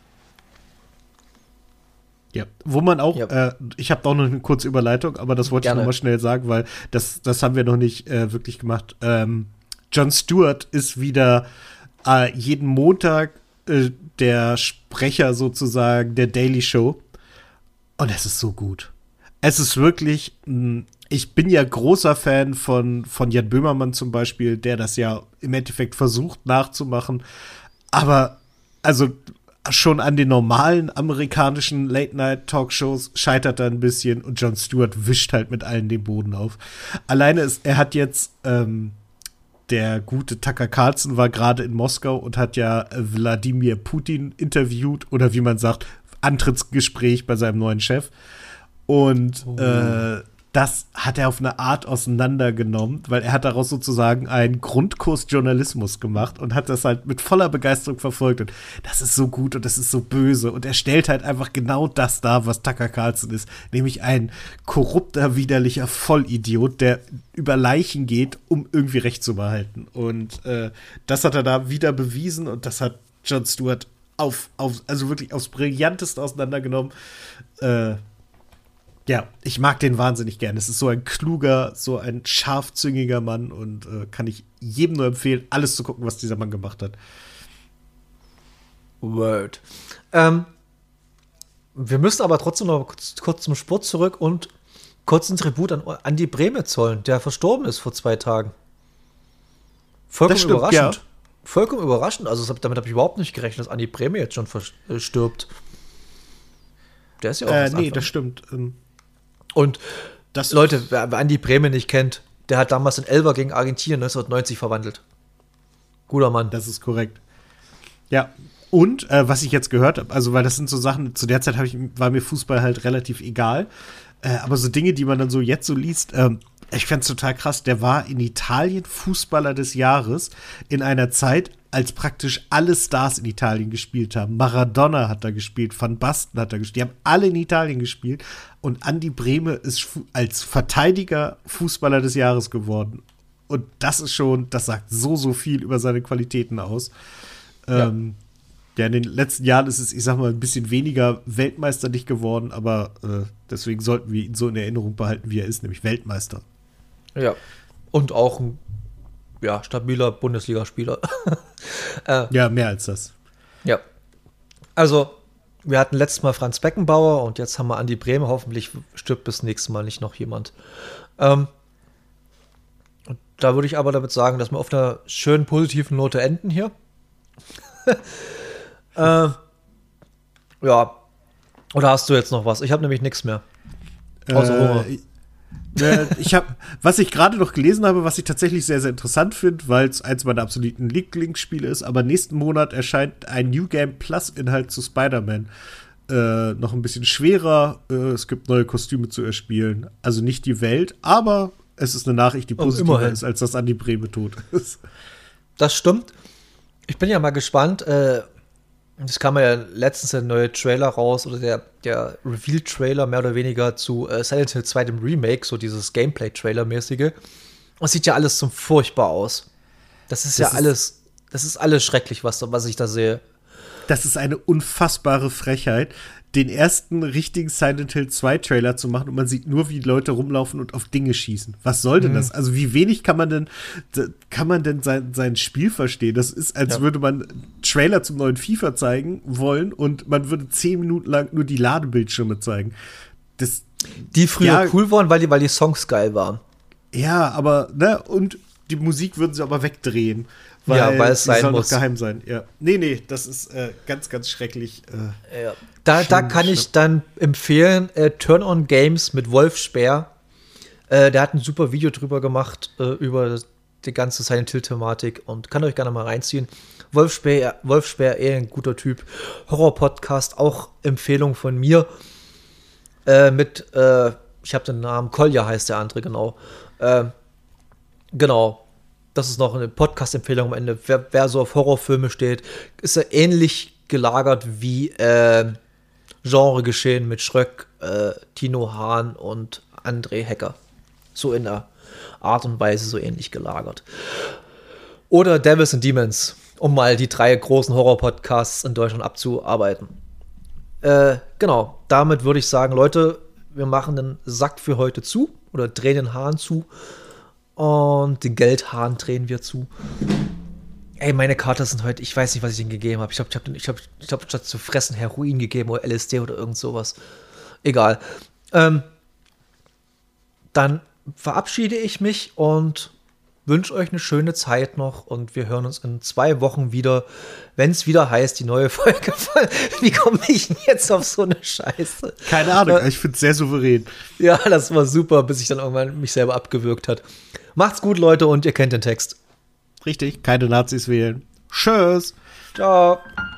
Ja, wo man auch, ich habe auch noch eine kurze Überleitung, aber das wollte ich noch mal schnell sagen, weil das haben wir noch nicht wirklich gemacht. Jon Stewart ist wieder jeden Montag der Sprecher sozusagen der Daily Show. Und es ist so gut. Es ist wirklich, ich bin ja großer Fan von Jan Böhmermann zum Beispiel, der das ja im Endeffekt versucht nachzumachen. Aber, also schon an den normalen amerikanischen Late-Night-Talkshows scheitert er ein bisschen und Jon Stewart wischt halt mit allen den Boden auf. Alleine er hat jetzt der gute Tucker Carlson war gerade in Moskau und hat ja Wladimir Putin interviewt oder wie man sagt, Antrittsgespräch bei seinem neuen Chef. Und das hat er auf eine Art auseinandergenommen, weil er hat daraus sozusagen einen Grundkurs Journalismus gemacht und hat das halt mit voller Begeisterung verfolgt. Und das ist so gut und das ist so böse. Und er stellt halt einfach genau das dar, was Tucker Carlson ist. Nämlich ein korrupter, widerlicher Vollidiot, der über Leichen geht, um irgendwie Recht zu behalten. Und das hat er da wieder bewiesen und das hat Jon Stewart also wirklich aufs Brillanteste auseinandergenommen. Ja, ich mag den wahnsinnig gern. Es ist so ein kluger, so ein scharfzüngiger Mann und kann ich jedem nur empfehlen, alles zu gucken, was dieser Mann gemacht hat. Word. Wir müssen aber trotzdem noch kurz zum Sport zurück und kurz ein Tribut an Andi Brehme zollen, der verstorben ist vor 2 Tagen. Vollkommen Das stimmt, überraschend. ja. Vollkommen überraschend. Also damit habe ich überhaupt nicht gerechnet, dass Andi Brehme jetzt schon stirbt. Der ist ja auch erst Nee, Anfang. das stimmt. Und Das Leute, wer Andi Brehme nicht kennt, der hat damals den Elfer gegen Argentinien 1990 verwandelt. Guter Mann. Das ist korrekt. Ja. Und was ich jetzt gehört habe, also weil das sind so Sachen, zu der Zeit war mir Fußball halt relativ egal. Aber so Dinge, die man dann so jetzt so liest, ich fänd's total krass, der war in Italien Fußballer des Jahres in einer Zeit, als praktisch alle Stars in Italien gespielt haben. Maradona hat da gespielt, Van Basten hat da gespielt, die haben alle in Italien gespielt und Andi Brehme ist als Verteidiger Fußballer des Jahres geworden. Und das ist schon, das sagt so viel über seine Qualitäten aus. Ja, in den letzten Jahren ist es, ich sag mal, ein bisschen weniger weltmeisterlich geworden, aber deswegen sollten wir ihn so in Erinnerung behalten, wie er ist, nämlich Weltmeister. Ja. Und auch ein stabiler Bundesligaspieler. Ja, mehr als das. Ja. Also, wir hatten letztes Mal Franz Beckenbauer und jetzt haben wir Andi Brehme. Hoffentlich stirbt bis nächstes Mal nicht noch jemand. Und da würde ich aber damit sagen, dass wir auf einer schönen positiven Note enden hier. Ja. Oder hast du jetzt noch was? Ich habe nämlich nichts mehr. Außer Hunger. Was ich gerade noch gelesen habe, was ich tatsächlich sehr, sehr interessant finde, weil es eins meiner absoluten Lieblingsspiele ist, aber nächsten Monat erscheint ein New Game Plus Inhalt zu Spider-Man. Noch ein bisschen schwerer, es gibt neue Kostüme zu erspielen. Also nicht die Welt, aber es ist eine Nachricht, die positiver ist, als dass Andi Brehme tot ist. Das stimmt. Ich bin ja mal gespannt. Es kam ja letztens der neue Trailer raus, oder der Reveal-Trailer mehr oder weniger zu Silent Hill 2, dem Remake, so dieses Gameplay-Trailer-mäßige. Und es sieht ja alles zum furchtbar aus. Das ist alles schrecklich, was ich da sehe. Das ist eine unfassbare Frechheit, den ersten richtigen Silent Hill 2 Trailer zu machen und man sieht nur, wie Leute rumlaufen und auf Dinge schießen. Was soll denn das? Also wie wenig kann man denn sein Spiel verstehen? Das ist, als würde man Trailer zum neuen FIFA zeigen wollen und man würde 10 Minuten lang nur die Ladebildschirme zeigen. Die früher cool waren, weil die Songs geil waren. Ja, aber, ne, und die Musik würden sie aber wegdrehen. Weil es sein soll muss. noch geheim sein. Ja. Nee, das ist ganz, ganz schrecklich. Ja. Da kann ich dann empfehlen, Turn On Games mit Wolf Speer. Der hat ein super Video drüber gemacht, über die ganze Silent Hill-Thematik und kann euch gerne mal reinziehen. Wolf Speer, ein guter Typ. Horror-Podcast, auch Empfehlung von mir. Ich habe den Namen, Kolja heißt der andere, genau. Genau. Das ist noch eine Podcast-Empfehlung am Ende. Wer so auf Horrorfilme steht, ist er ähnlich gelagert wie Genregeschehen mit Schröck, Tino Hahn und André Hecker. So in der Art und Weise so ähnlich gelagert. Oder Devils and Demons, um mal die 3 großen Horror-Podcasts in Deutschland abzuarbeiten. Genau, damit würde ich sagen, Leute, wir machen den Sack für heute zu oder drehen den Hahn zu. Und den Geldhahn drehen wir zu. Ey, meine Kater sind heute, ich weiß nicht, was ich ihnen gegeben habe. Ich hab statt zu fressen Heroin gegeben oder LSD oder irgend sowas. Egal. Dann verabschiede ich mich und wünsche euch eine schöne Zeit noch. Und wir hören uns in 2 Wochen wieder, wenn es wieder heißt, die neue Folge. Wie komme ich denn jetzt auf so eine Scheiße? Keine Ahnung, ich finde es sehr souverän. Ja, das war super, bis ich dann irgendwann mich selber abgewürgt hat. Macht's gut, Leute, und ihr kennt den Text. Richtig, keine Nazis wählen. Tschüss. Ciao.